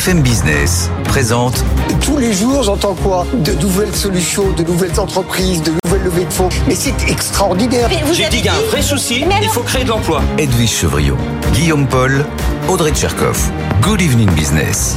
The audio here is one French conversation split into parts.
BFM Business présente. Tous les jours, j'entends quoi ? De nouvelles solutions, de nouvelles entreprises, de nouvelles levées de fonds. Mais c'est extraordinaire. J'ai dit qu'il y a un vrai souci, il faut créer de l'emploi. Edwige Chevrillon, Guillaume Paul, Audrey Tcherkov. Good evening business.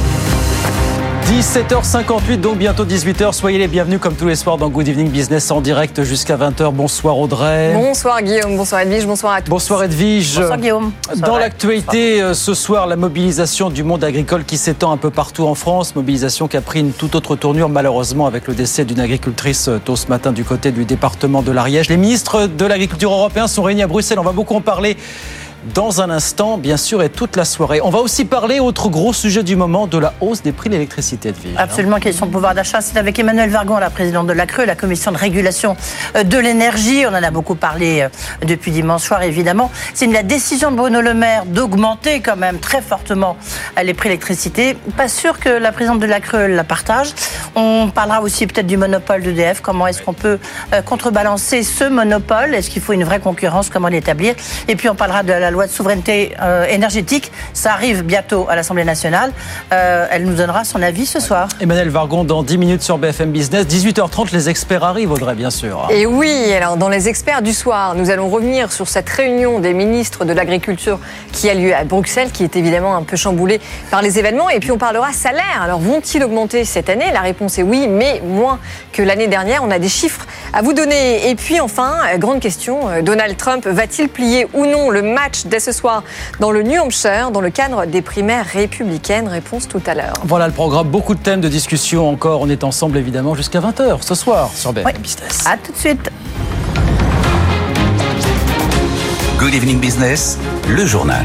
17h58, donc bientôt 18h. Soyez les bienvenus comme tous les soirs dans Good Evening Business en direct jusqu'à 20h. Bonsoir Audrey. Bonsoir Guillaume, bonsoir Edwige, bonsoir à tous. Bonsoir Edwige. Bonsoir Guillaume. Dans l'actualité ce soir, la mobilisation du monde agricole qui s'étend un peu partout en France. Mobilisation qui a pris une toute autre tournure malheureusement avec le décès d'une agricultrice tôt ce matin du côté du département de l'Ariège. Les ministres de l'agriculture européens sont réunis à Bruxelles. On va beaucoup en parler dans un instant, bien sûr, et toute la soirée. On va aussi parler, autre gros sujet du moment, de la hausse des prix de l'électricité de vie. Absolument, question de pouvoir d'achat. C'est avec Emmanuelle Vargon, la présidente de la CRE, la commission de régulation de l'énergie. On en a beaucoup parlé depuis dimanche soir, évidemment. C'est la décision de Bruno Le Maire d'augmenter quand même très fortement les prix de l'électricité. Pas sûr que la présidente de la CRE la partage. On parlera aussi peut-être du monopole d'EDF. Comment est-ce qu'on peut contrebalancer ce monopole ? Est-ce qu'il faut une vraie concurrence ? Comment l'établir ? Et puis on parlera de la loi de souveraineté énergétique. Ça arrive bientôt à l'Assemblée nationale. Elle nous donnera son avis ce soir. Emmanuelle Vargon dans 10 minutes sur BFM Business. 18h30, les experts arrivent, Audrey, bien sûr. Et oui, alors dans les experts du soir, nous allons revenir sur cette réunion des ministres de l'Agriculture qui a lieu à Bruxelles, qui est évidemment un peu chamboulée par les événements. Et puis on parlera salaire. Alors vont-ils augmenter cette année ? La réponse est oui, mais moins que l'année dernière. On a des chiffres à vous donner. Et puis enfin, grande question, Donald Trump va-t-il plier ou non le match dès ce soir dans le New Hampshire, dans le cadre des primaires républicaines? Réponse tout à l'heure. Voilà le programme, beaucoup de thèmes de discussion encore. On est ensemble évidemment jusqu'à 20h ce soir sur BFM Business. À tout de suite. Good evening business, le journal.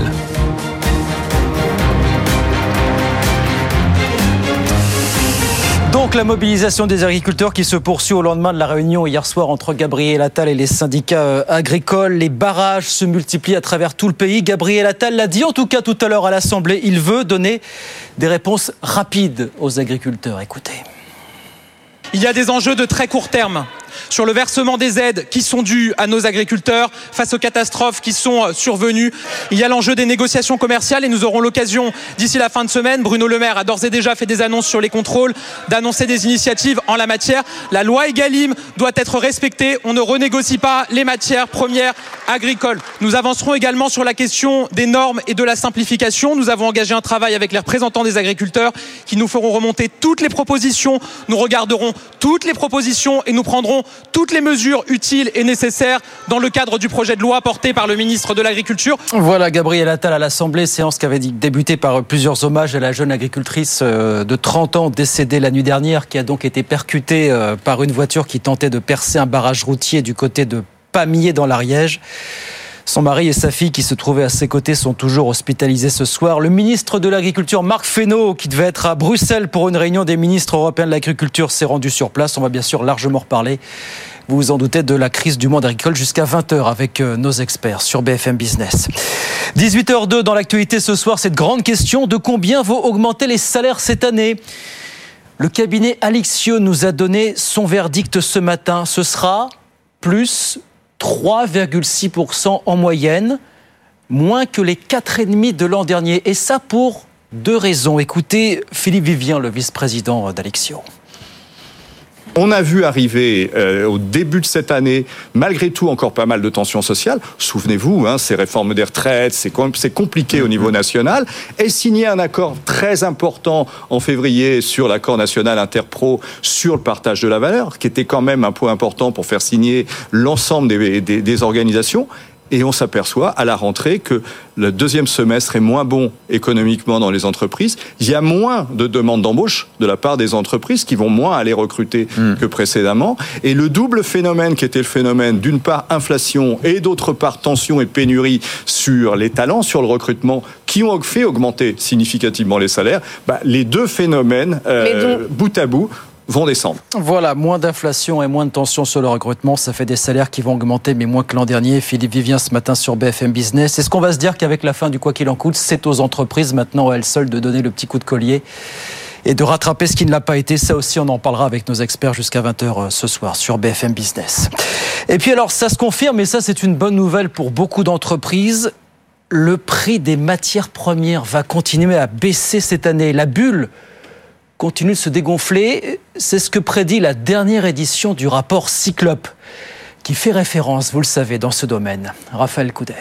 Donc la mobilisation des agriculteurs qui se poursuit au lendemain de la réunion hier soir entre Gabriel Attal et les syndicats agricoles. Les barrages se multiplient à travers tout le pays. Gabriel Attal l'a dit en tout cas tout à l'heure à l'Assemblée. Il veut donner des réponses rapides aux agriculteurs. Écoutez. Il y a des enjeux de très court terme sur le versement des aides qui sont dues à nos agriculteurs face aux catastrophes qui sont survenues. Il y a l'enjeu des négociations commerciales et nous aurons l'occasion d'ici la fin de semaine, Bruno Le Maire a d'ores et déjà fait des annonces sur les contrôles, d'annoncer des initiatives en la matière. La loi Egalim doit être respectée, on ne renégocie pas les matières premières agricoles. Nous avancerons également sur la question des normes et de la simplification. Nous avons engagé un travail avec les représentants des agriculteurs qui nous feront remonter toutes les propositions. Nous regarderons toutes les propositions et nous prendrons toutes les mesures utiles et nécessaires dans le cadre du projet de loi porté par le ministre de l'Agriculture. Voilà Gabriel Attal à l'Assemblée, séance qui avait débuté par plusieurs hommages à la jeune agricultrice de 30 ans décédée la nuit dernière, qui a donc été percutée par une voiture qui tentait de percer un barrage routier du côté de Pamiers dans l'Ariège. Son mari et sa fille qui se trouvaient à ses côtés sont toujours hospitalisés ce soir. Le ministre de l'Agriculture, Marc Fesneau, qui devait être à Bruxelles pour une réunion des ministres européens de l'Agriculture, s'est rendu sur place. On va bien sûr largement reparler, vous vous en doutez, de la crise du monde agricole jusqu'à 20h avec nos experts sur BFM Business. 18h02 dans l'actualité ce soir, cette grande question de combien vont augmenter les salaires cette année ? Le cabinet Alixio nous a donné son verdict ce matin. Ce sera plus 3,6% en moyenne, moins que les 4,5% de l'an dernier. Et ça pour deux raisons. Écoutez Philippe Vivien, le vice-président d'Alixio. On a vu arriver au début de cette année, malgré tout, encore pas mal de tensions sociales. Souvenez-vous, ces réformes des retraites, c'est compliqué au niveau national. Et signer un accord très important en février sur l'accord national interpro sur le partage de la valeur, qui était quand même un point important pour faire signer l'ensemble des organisations. Et on s'aperçoit à la rentrée que le deuxième semestre est moins bon économiquement dans les entreprises. Il y a moins de demandes d'embauche de la part des entreprises qui vont moins aller recruter que précédemment. Et le double phénomène qui était le phénomène d'une part inflation et d'autre part tension et pénurie sur les talents, sur le recrutement, qui ont fait augmenter significativement les salaires, les deux phénomènes, bout à bout, vont descendre. Voilà, moins d'inflation et moins de tension sur le recrutement, ça fait des salaires qui vont augmenter, mais moins que l'an dernier. Philippe Vivien ce matin sur BFM Business. Est-ce qu'on va se dire qu'avec la fin du quoi qu'il en coûte, c'est aux entreprises maintenant à elles seules de donner le petit coup de collier et de rattraper ce qui ne l'a pas été? Ça aussi, on en parlera avec nos experts jusqu'à 20h ce soir sur BFM Business. Et puis alors, ça se confirme, et ça c'est une bonne nouvelle pour beaucoup d'entreprises. le prix des matières premières va continuer à baisser cette année. La bulle continue de se dégonfler. C'est ce que prédit la dernière édition du rapport Cyclope, qui fait référence, vous le savez, dans ce domaine. Raphaël Couder.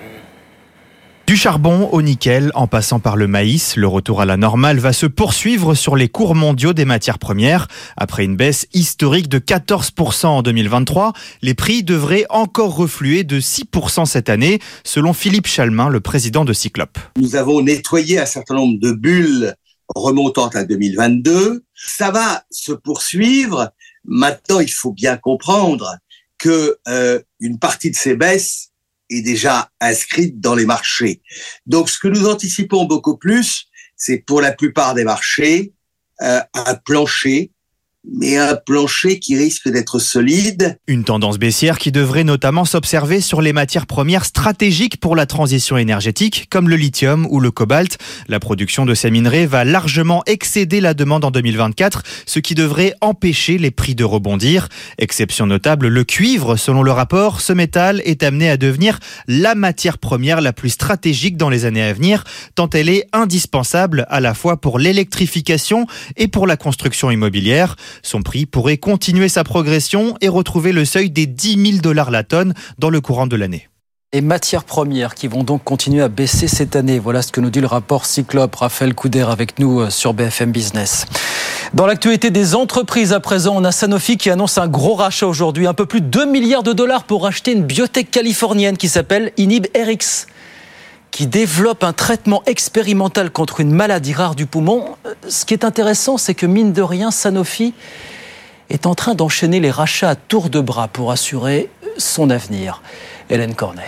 Du charbon au nickel, en passant par le maïs, le retour à la normale va se poursuivre sur les cours mondiaux des matières premières. Après une baisse historique de 14% en 2023, les prix devraient encore refluer de 6% cette année, selon Philippe Chalmin, le président de Cyclope. Nous avons nettoyé un certain nombre de bulles remontant à 2022. Ça va se poursuivre. Maintenant, il faut bien comprendre que une partie de ces baisses est déjà inscrite dans les marchés. Donc, ce que nous anticipons beaucoup plus, c'est pour la plupart des marchés, un plancher, mais un plancher qui risque d'être solide. Une tendance baissière qui devrait notamment s'observer sur les matières premières stratégiques pour la transition énergétique, comme le lithium ou le cobalt. La production de ces minerais va largement excéder la demande en 2024, ce qui devrait empêcher les prix de rebondir. Exception notable, le cuivre. Selon le rapport, ce métal est amené à devenir la matière première la plus stratégique dans les années à venir, tant elle est indispensable à la fois pour l'électrification et pour la construction immobilière. Son prix pourrait continuer sa progression et retrouver le seuil des $10 000 la tonne dans le courant de l'année. Les matières premières qui vont donc continuer à baisser cette année. Voilà ce que nous dit le rapport Cyclope. Raphaël Couder avec nous sur BFM Business. Dans l'actualité des entreprises à présent, on a Sanofi qui annonce un gros rachat aujourd'hui. Un peu plus de $2 milliards pour racheter une biotech californienne qui s'appelle InhibRx, qui développe un traitement expérimental contre une maladie rare du poumon. Ce qui est intéressant, c'est que mine de rien, Sanofi est en train d'enchaîner les rachats à tour de bras pour assurer son avenir. Hélène Cornet.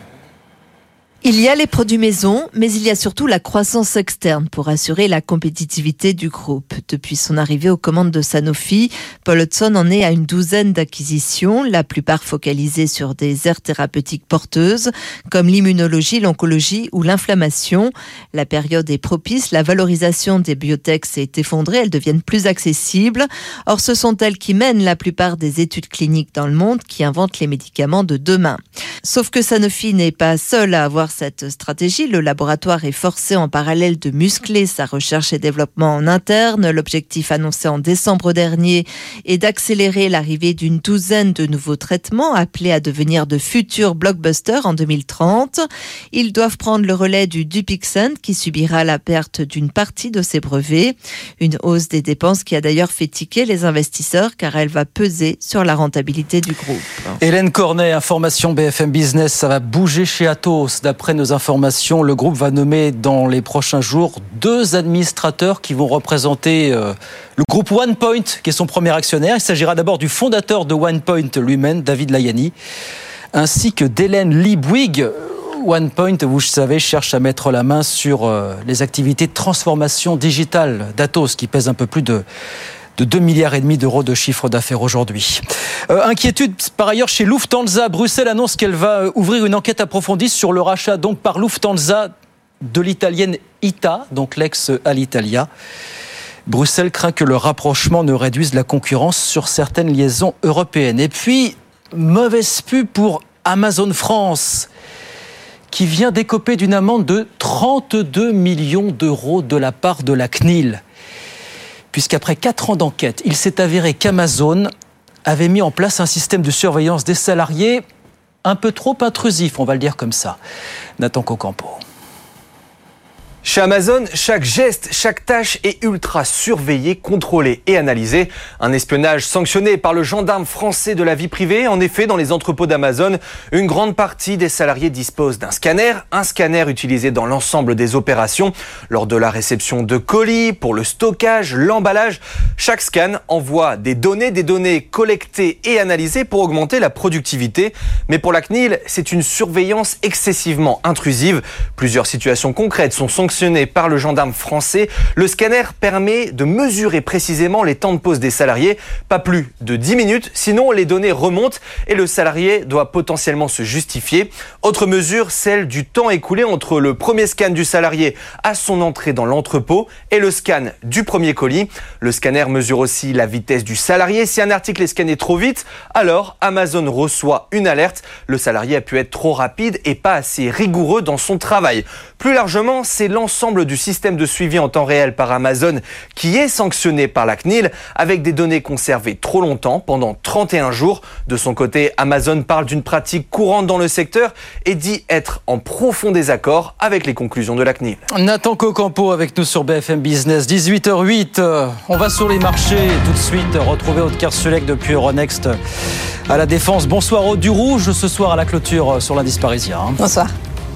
Il y a les produits maison, mais il y a surtout la croissance externe pour assurer la compétitivité du groupe. Depuis son arrivée aux commandes de Sanofi, Paul Hudson en est à une douzaine d'acquisitions, la plupart focalisées sur des aires thérapeutiques porteuses, comme l'immunologie, l'oncologie ou l'inflammation. La période est propice, la valorisation des biotech s'est effondrée, elles deviennent plus accessibles. Or, ce sont elles qui mènent la plupart des études cliniques dans le monde, qui inventent les médicaments de demain. Sauf que Sanofi n'est pas seul à avoir cette stratégie. Le laboratoire est forcé en parallèle de muscler sa recherche et développement en interne. L'objectif annoncé en décembre dernier est d'accélérer l'arrivée d'une douzaine de nouveaux traitements appelés à devenir de futurs blockbusters en 2030. Ils doivent prendre le relais du Dupixent qui subira la perte d'une partie de ses brevets. Une hausse des dépenses qui a d'ailleurs fait tiquer les investisseurs car elle va peser sur la rentabilité du groupe. Hélène Cornet, information BFM Business, ça va bouger chez Atos. D'après nos informations, le groupe va nommer dans les prochains jours 2 administrateurs qui vont représenter le groupe OnePoint, qui est son premier actionnaire. Il s'agira d'abord du fondateur de OnePoint lui-même, David Layani, ainsi que d'Hélène Lee Bouygues. OnePoint, vous savez, cherche à mettre la main sur les activités de transformation digitale d'Atos, qui pèsent un peu plus de 2,5 milliards de chiffre d'affaires aujourd'hui. Inquiétude par ailleurs chez Lufthansa. Bruxelles annonce qu'elle va ouvrir une enquête approfondie sur le rachat donc par Lufthansa de l'italienne ITA, donc l'ex-Alitalia. Bruxelles craint que le rapprochement ne réduise la concurrence sur certaines liaisons européennes. Et puis, mauvaise pub pour Amazon France, qui vient d'écoper d'une amende de 32 millions d'euros de la part de la CNIL. Puisqu'après 4 ans d'enquête, il s'est avéré qu'Amazon avait mis en place un système de surveillance des salariés un peu trop intrusif, on va le dire comme ça. Nathan Cocampo. Chez Amazon, chaque geste, chaque tâche est ultra surveillée, contrôlée et analysée. Un espionnage sanctionné par le gendarme français de la vie privée. En effet, dans les entrepôts d'Amazon, une grande partie des salariés disposent d'un scanner. Un scanner utilisé dans l'ensemble des opérations. Lors de la réception de colis, pour le stockage, l'emballage, chaque scan envoie des données collectées et analysées pour augmenter la productivité. Mais pour la CNIL, c'est une surveillance excessivement intrusive. Plusieurs situations concrètes sont sanctionnées sanctionné par le gendarme français. Le scanner permet de mesurer précisément les temps de pause des salariés, pas plus de 10 minutes, sinon les données remontent et le salarié doit potentiellement se justifier. Autre mesure, celle du temps écoulé entre le premier scan du salarié à son entrée dans l'entrepôt et le scan du premier colis. Le scanner mesure aussi la vitesse du salarié. Si un article est scanné trop vite, alors Amazon reçoit une alerte. Le salarié a pu être trop rapide et pas assez rigoureux dans son travail. Plus largement, c'est l'ensemble du système de suivi en temps réel par Amazon qui est sanctionné par la CNIL avec des données conservées trop longtemps, pendant 31 jours. De son côté, Amazon parle d'une pratique courante dans le secteur et dit être en profond désaccord avec les conclusions de la CNIL. Nathan Cocampo avec nous sur BFM Business, 18h08. On va sur les marchés tout de suite. Retrouver Aude Kersulek depuis Euronext à la Défense. Bonsoir Aude, du rouge ce soir à la clôture sur l'indice parisien. Bonsoir.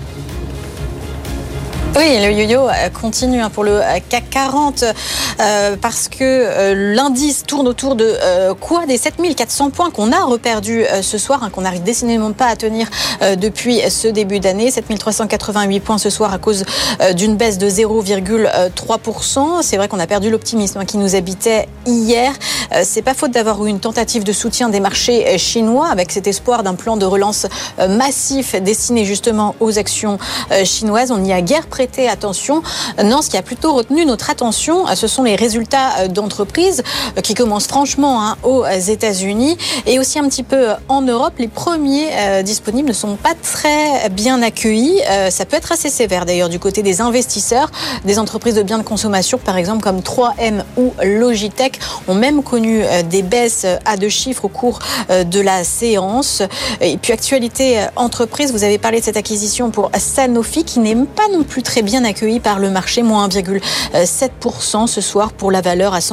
Oui, le yo-yo continue pour le CAC 40 parce que l'indice tourne autour de quoi des 7400 points qu'on a reperdu ce soir, qu'on n'arrive décidément pas à tenir depuis ce début d'année. 7388 points ce soir à cause d'une baisse de 0,3%. C'est vrai qu'on a perdu l'optimisme qui nous habitait hier. C'est pas faute d'avoir eu une tentative de soutien des marchés chinois avec cet espoir d'un plan de relance massif destiné justement aux actions chinoises. On n'y a guère prêté attention. Non, ce qui a plutôt retenu notre attention, ce sont les résultats d'entreprises qui commencent franchement aux États-Unis et aussi un petit peu en Europe. Les premiers disponibles ne sont pas très bien accueillis. Ça peut être assez sévère d'ailleurs du côté des investisseurs. Des entreprises de biens de consommation, par exemple comme 3M ou Logitech, ont même connu des baisses à deux chiffres au cours de la séance. Et puis actualité entreprise, vous avez parlé de cette acquisition pour Sanofi qui n'est pas non plus très bien accueilli par le marché, moins 1,7% ce soir pour la valeur à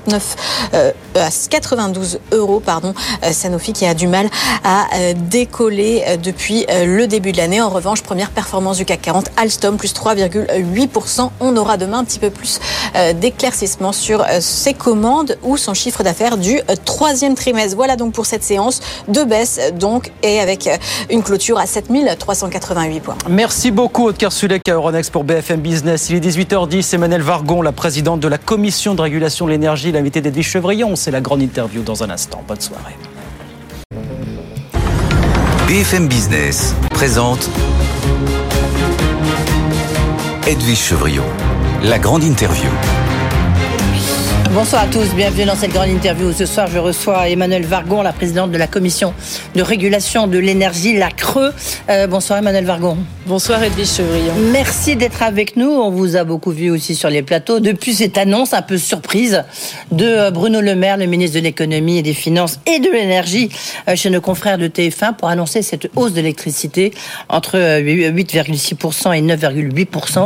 92 €. Sanofi qui a du mal à décoller depuis le début de l'année. En revanche, première performance du CAC 40, Alstom plus 3,8%. On aura demain un petit peu plus d'éclaircissement sur ses commandes ou son chiffre d'affaires du troisième trimestre. Voilà donc pour cette séance de baisse donc et avec une clôture à 7388 points. Merci beaucoup Aude Kersulek à Euronext pour BFM Business. Il est 18h10. Emmanuelle Vargon, la présidente de la Commission de régulation de l'énergie, l'invité d'Edwige Chevrillon. C'est la grande interview dans un instant. Bonne soirée. BFM Business présente Edwige Chevrillon, la grande interview. Bonsoir à tous, bienvenue dans cette grande interview. Ce soir, je reçois Emmanuelle Vargon, la présidente de la Commission de régulation de l'énergie, la CRE. Bonsoir Emmanuelle Vargon. Bonsoir Edwige Chevrillon. Merci d'être avec nous. On vous a beaucoup vu aussi sur les plateaux. Depuis cette annonce un peu surprise de Bruno Le Maire, le ministre de l'économie et des finances et de l'énergie, chez nos confrères de TF1 pour annoncer cette hausse de l'électricité entre 8,6% et 9,8%.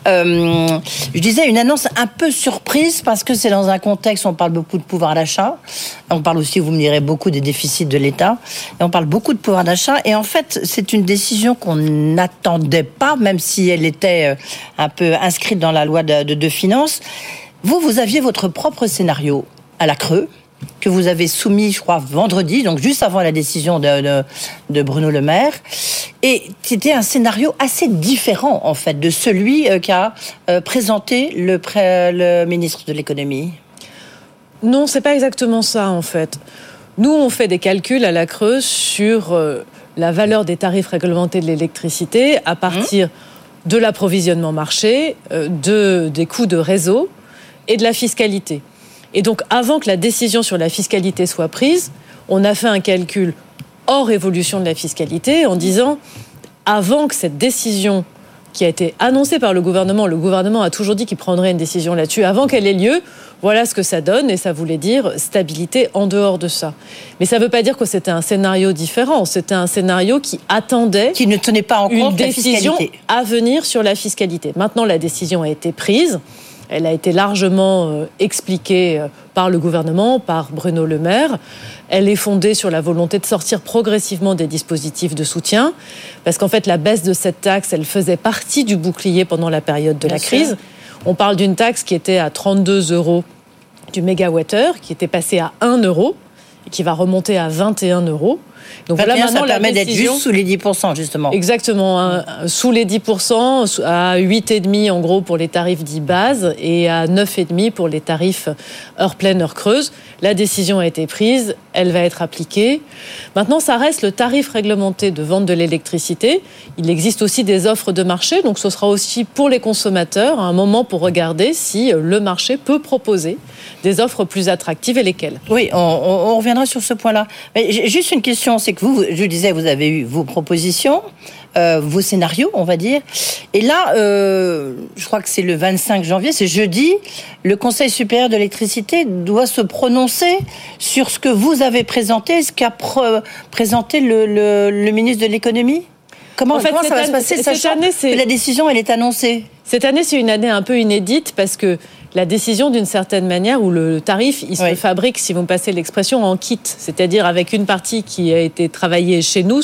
Je disais une annonce un peu surprise parce que c'est dans un contexte où on parle beaucoup de pouvoir d'achat. On parle aussi, vous me direz, beaucoup des déficits de l'État. Et on parle beaucoup de pouvoir d'achat. Et en fait, c'est une décision qu'on n'attendait pas, même si elle était un peu inscrite dans la loi de finances. Vous aviez votre propre scénario à la CRE, que vous avez soumis, je crois, vendredi, donc juste avant la décision de Bruno Le Maire. Et c'était un scénario assez différent, en fait, de celui qu'a présenté le ministre de l'économie. Non, c'est pas exactement ça, en fait. Nous, on fait des calculs à la CRE sur la valeur des tarifs réglementés de l'électricité à partir de l'approvisionnement marché, des coûts de réseau et de la fiscalité. Et donc, avant que la décision sur la fiscalité soit prise, on a fait un calcul hors évolution de la fiscalité en disant, avant que cette décision qui a été annoncée par le gouvernement a toujours dit qu'il prendrait une décision là-dessus, avant qu'elle ait lieu, voilà ce que ça donne, et ça voulait dire stabilité en dehors de ça. Mais ça ne veut pas dire que c'était un scénario différent, c'était un scénario qui attendait qui ne tenait pas en compte une décision à venir sur la fiscalité. Maintenant, la décision a été prise. Elle a été largement expliquée par le gouvernement, par Bruno Le Maire. Elle est fondée sur la volonté de sortir progressivement des dispositifs de soutien, parce qu'en fait, la baisse de cette taxe, elle faisait partie du bouclier pendant la période de la crise. On parle d'une taxe qui était à 32 € du mégawattheure, qui était passée à 1 € et qui va remonter à 21 €. Donc voilà, maintenant, ça permet d'être juste sous les 10%, justement. Exactement, sous les 10%, à 8,5 en gros pour les tarifs dits base et à 9,5 pour les tarifs heure pleine, heure creuse. La décision a été prise, elle va être appliquée. Maintenant, ça reste le tarif réglementé de vente de l'électricité. Il existe aussi des offres de marché, donc ce sera aussi pour les consommateurs un moment pour regarder si le marché peut proposer des offres plus attractives et lesquelles. Oui, on reviendra sur ce point-là. Mais juste une question, c'est que vous, je disais, vous avez eu vos propositions, vos scénarios, on va dire. Et là, je crois que c'est le 25 janvier, c'est jeudi, le Conseil supérieur de l'électricité doit se prononcer sur ce que vous avez présenté, ce qu'a présenté le ministre de l'économie. Comment ça va se passer, sachant que la décision, elle est annoncée? Cette année, c'est une année un peu inédite parce que la décision, d'une certaine manière, où le tarif, il se fabrique, si vous me passez l'expression, en kit, c'est-à-dire avec une partie qui a été travaillée chez nous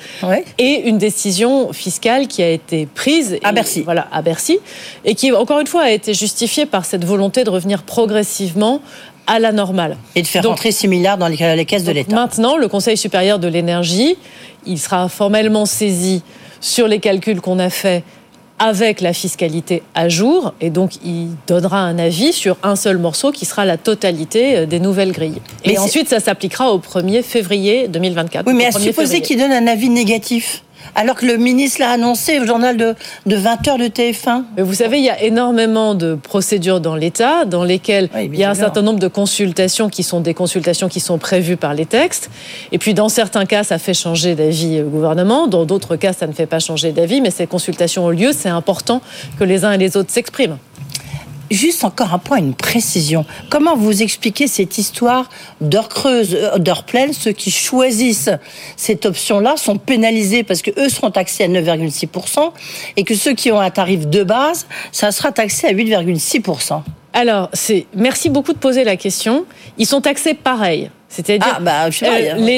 et une décision fiscale qui a été prise à Bercy. Voilà, à Bercy, et qui, encore une fois, a été justifiée par cette volonté de revenir progressivement à la normale. Et de faire rentrer 6 milliards dans les caisses de l'État. Maintenant, le Conseil supérieur de l'énergie, il sera formellement saisi sur les calculs qu'on a faits avec la fiscalité à jour, et donc il donnera un avis sur un seul morceau qui sera la totalité des nouvelles grilles. Et ensuite, ça s'appliquera au 1er février 2024. Oui, mais à supposer qu'il donne un avis négatif, alors que le ministre l'a annoncé au journal de 20h de TF1. Mais vous savez, il y a énormément de procédures dans l'État, dans lesquelles il y a un certain nombre de consultations qui sont des consultations qui sont prévues par les textes. Et puis, dans certains cas, ça fait changer d'avis au gouvernement. Dans d'autres cas, ça ne fait pas changer d'avis. Mais ces consultations ont lieu. C'est important que les uns et les autres s'expriment. Juste encore un point, une précision. Comment vous expliquez cette histoire d'heure creuse, d'heure pleine? Ceux qui choisissent cette option-là sont pénalisés parce qu'eux seront taxés à 9,6% et que ceux qui ont un tarif de base, ça sera taxé à 8,6%. Alors, merci beaucoup de poser la question. Ils sont taxés pareil. C'est-à-dire les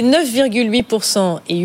9,8% et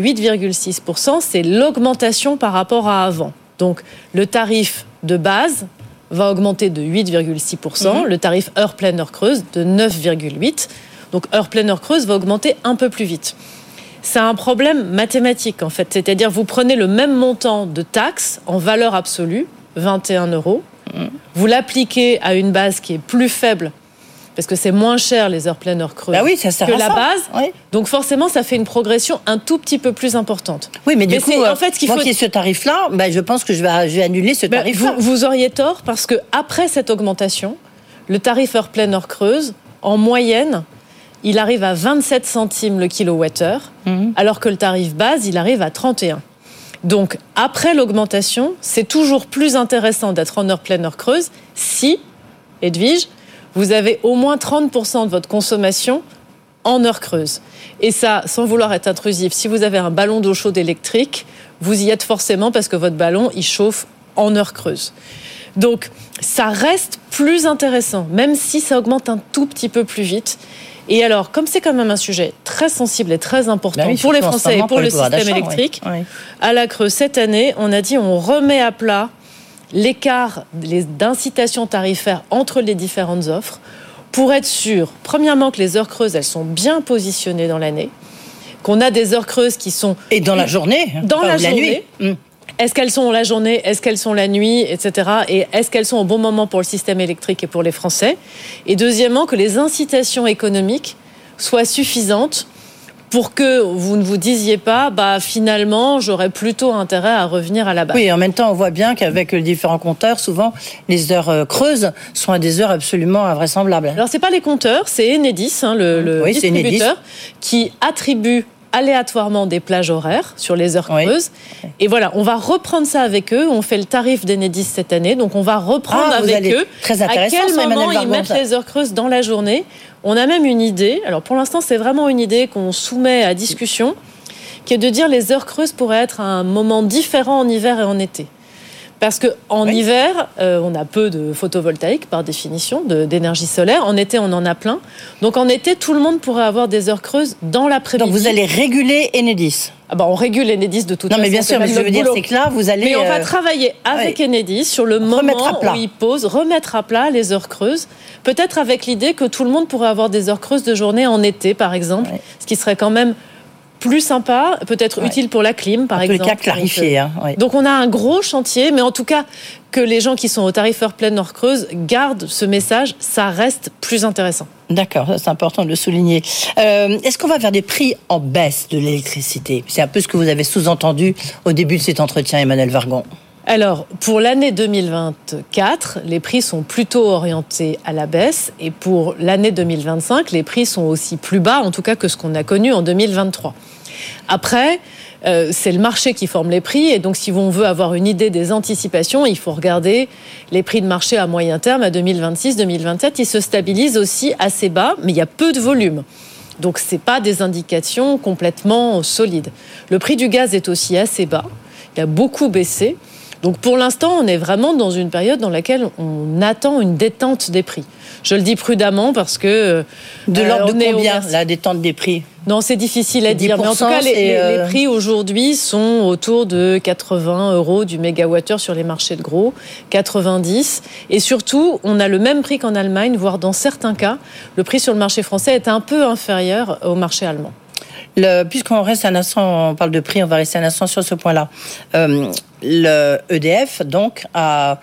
8,6%, c'est l'augmentation par rapport à avant. Donc, le tarif de base va augmenter de 8,6%, le tarif heure pleine, heure creuse de 9,8%. Donc heure pleine, heure creuse va augmenter un peu plus vite. C'est un problème mathématique en fait, c'est-à-dire vous prenez le même montant de taxes en valeur absolue, 21 €, vous l'appliquez à une base qui est plus faible, parce que c'est moins cher les heures pleines, heures creuses que la base. Oui. Donc forcément, ça fait une progression un tout petit peu plus importante. Oui, mais du coup, en fait, qu'il y ait ce tarif-là, je pense que je vais annuler ce tarif-là. Vous auriez tort, parce que après cette augmentation, le tarif heure pleine, heure creuse, en moyenne, il arrive à 27 centimes le kilowattheure, alors que le tarif base, il arrive à 31. Donc, après l'augmentation, c'est toujours plus intéressant d'être en heure pleine, heure creuse si, Edwige, vous avez au moins 30% de votre consommation en heure creuse. Et ça, sans vouloir être intrusif, si vous avez un ballon d'eau chaude électrique, vous y êtes forcément parce que votre ballon, il chauffe en heure creuse. Donc, ça reste plus intéressant, même si ça augmente un tout petit peu plus vite. Et alors, comme c'est quand même un sujet très sensible et très important pour les Français et pour le système électrique, à la Creuse, cette année, on a dit on remet à plat l'écart d'incitation tarifaire entre les différentes offres pour être sûr, premièrement, que les heures creuses, elles sont bien positionnées dans l'année, qu'on a des heures creuses qui sont... Et dans la journée. Dans la journée. Est-ce qu'elles sont la journée, est-ce qu'elles sont la nuit, etc. Et est-ce qu'elles sont au bon moment pour le système électrique et pour les Français? Et deuxièmement, que les incitations économiques soient suffisantes pour que vous ne vous disiez pas, finalement, j'aurais plutôt intérêt à revenir à la base. Oui, en même temps, on voit bien qu'avec les différents compteurs, souvent, les heures creuses sont à des heures absolument invraisemblables. Alors, c'est pas les compteurs, c'est Enedis, le distributeur, qui attribue aléatoirement des plages horaires sur les heures creuses. Et voilà, on va reprendre ça avec eux. On fait le tarif d'Enedis cette année, donc on va reprendre avec eux à quel moment ils mettent les heures creuses dans la journée. On a même une idée, alors pour l'instant c'est vraiment une idée qu'on soumet à discussion, qui est de dire les heures creuses pourraient être à un moment différent en hiver et en été. Parce qu'en hiver, on a peu de photovoltaïque par définition, d'énergie solaire. En été, on en a plein. Donc en été, tout le monde pourrait avoir des heures creuses dans l'après-midi. Donc vous allez réguler Enedis. On régule Enedis de toute façon. Non, mais bien sûr, mais ce que je veux dire, c'est que là, vous allez... Mais on va travailler avec Enedis sur le moment où ils posent, remettre à plat les heures creuses. Peut-être avec l'idée que tout le monde pourrait avoir des heures creuses de journée en été, par exemple, ce qui serait quand même plus sympa, peut-être utile pour la clim, par exemple. En tous les cas, clarifié. Donc on a un gros chantier, mais en tout cas, que les gens qui sont au tarif heure pleine Nord-Creuse gardent ce message, ça reste plus intéressant. D'accord, c'est important de le souligner. Est-ce qu'on va vers des prix en baisse de l'électricité ? C'est un peu ce que vous avez sous-entendu au début de cet entretien, Emmanuel Vargon. Alors, pour l'année 2024, les prix sont plutôt orientés à la baisse. Et pour l'année 2025, les prix sont aussi plus bas, en tout cas, que ce qu'on a connu en 2023. Après, c'est le marché qui forme les prix. Et donc, si on veut avoir une idée des anticipations, il faut regarder les prix de marché à moyen terme, à 2026-2027. Ils se stabilisent aussi assez bas, mais il y a peu de volume. Donc, ce n'est pas des indications complètement solides. Le prix du gaz est aussi assez bas. Il a beaucoup baissé. Donc pour l'instant, on est vraiment dans une période dans laquelle on attend une détente des prix. Je le dis prudemment parce que... De l'ordre de combien, la détente des prix ? Non, c'est difficile à dire. Mais en tout cas, les prix aujourd'hui sont autour de 80 € du mégawattheure sur les marchés de gros, 90. Et surtout, on a le même prix qu'en Allemagne, voire dans certains cas, le prix sur le marché français est un peu inférieur au marché allemand. Puisqu'on reste un instant, on parle de prix, on va rester un instant sur ce point-là. Le EDF, donc, a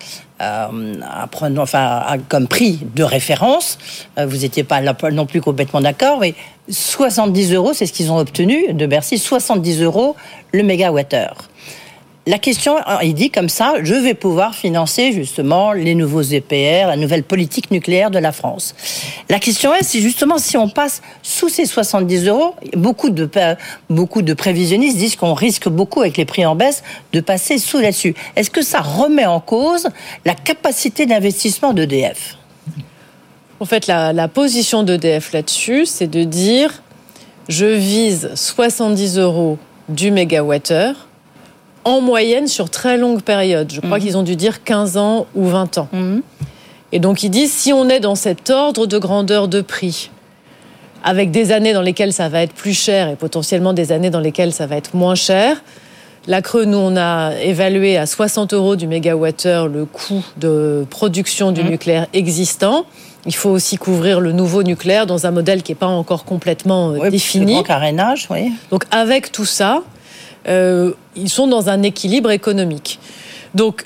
comme prix de référence, vous n'étiez pas là non plus complètement d'accord, mais 70 €, c'est ce qu'ils ont obtenu de Bercy, 70 € le mégawattheure. La question, il dit comme ça, je vais pouvoir financer justement les nouveaux EPR, la nouvelle politique nucléaire de la France. La question est, c'est justement si on passe sous ces 70 €, beaucoup de prévisionnistes disent qu'on risque beaucoup avec les prix en baisse de passer sous là-dessus. Est-ce que ça remet en cause la capacité d'investissement d'EDF ? En fait, la position d'EDF là-dessus, c'est de dire, je vise 70 € du mégawattheure, en moyenne sur très longue période. Je crois qu'ils ont dû dire 15 ans ou 20 ans. Et donc ils disent, si on est dans cet ordre de grandeur de prix, avec des années dans lesquelles ça va être plus cher et potentiellement des années dans lesquelles ça va être moins cher, la Creux, nous, on a évalué à 60 € du mégawattheure le coût de production du nucléaire existant. Il faut aussi couvrir le nouveau nucléaire dans un modèle qui n'est pas encore complètement défini. Grand carénage, oui. Donc avec tout ça, ils sont dans un équilibre économique. Donc,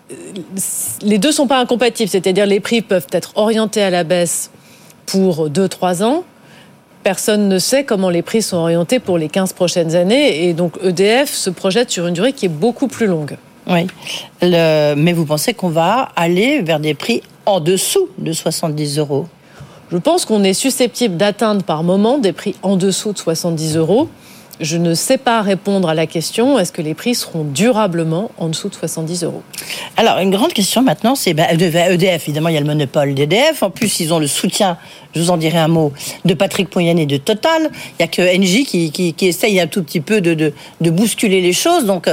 les deux ne sont pas incompatibles, c'est-à-dire les prix peuvent être orientés à la baisse pour 2-3 ans. Personne ne sait comment les prix sont orientés pour les 15 prochaines années, et donc EDF se projette sur une durée qui est beaucoup plus longue. Oui, mais vous pensez qu'on va aller vers des prix en dessous de 70 €? Je pense qu'on est susceptible d'atteindre par moment des prix en dessous de 70 €. Je ne sais pas répondre à la question, est-ce que les prix seront durablement en dessous de 70 €? Alors, une grande question maintenant, c'est EDF, évidemment, il y a le monopole d'EDF. En plus, ils ont le soutien, je vous en dirai un mot, de Patrick Pouyanné de Total. Il n'y a que Engie qui essaye un tout petit peu de bousculer les choses. Donc,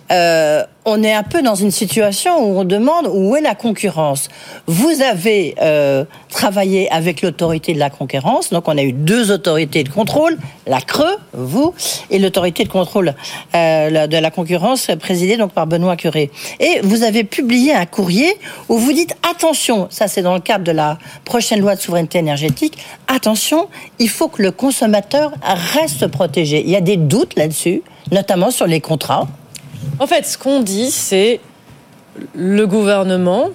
on est un peu dans une situation où on demande où est la concurrence. Vous avez travaillé avec l'autorité de la concurrence, donc on a eu 2 autorités de contrôle, la Creux, vous, et l'autorité de contrôle de la concurrence présidée donc par Benoît Cœuré. Et vous avez publié un courrier où vous dites attention, ça c'est dans le cadre de la prochaine loi de souveraineté énergétique, attention, il faut que le consommateur reste protégé. Il y a des doutes là-dessus, notamment sur les contrats. En fait, ce qu'on dit, c'est le gouvernement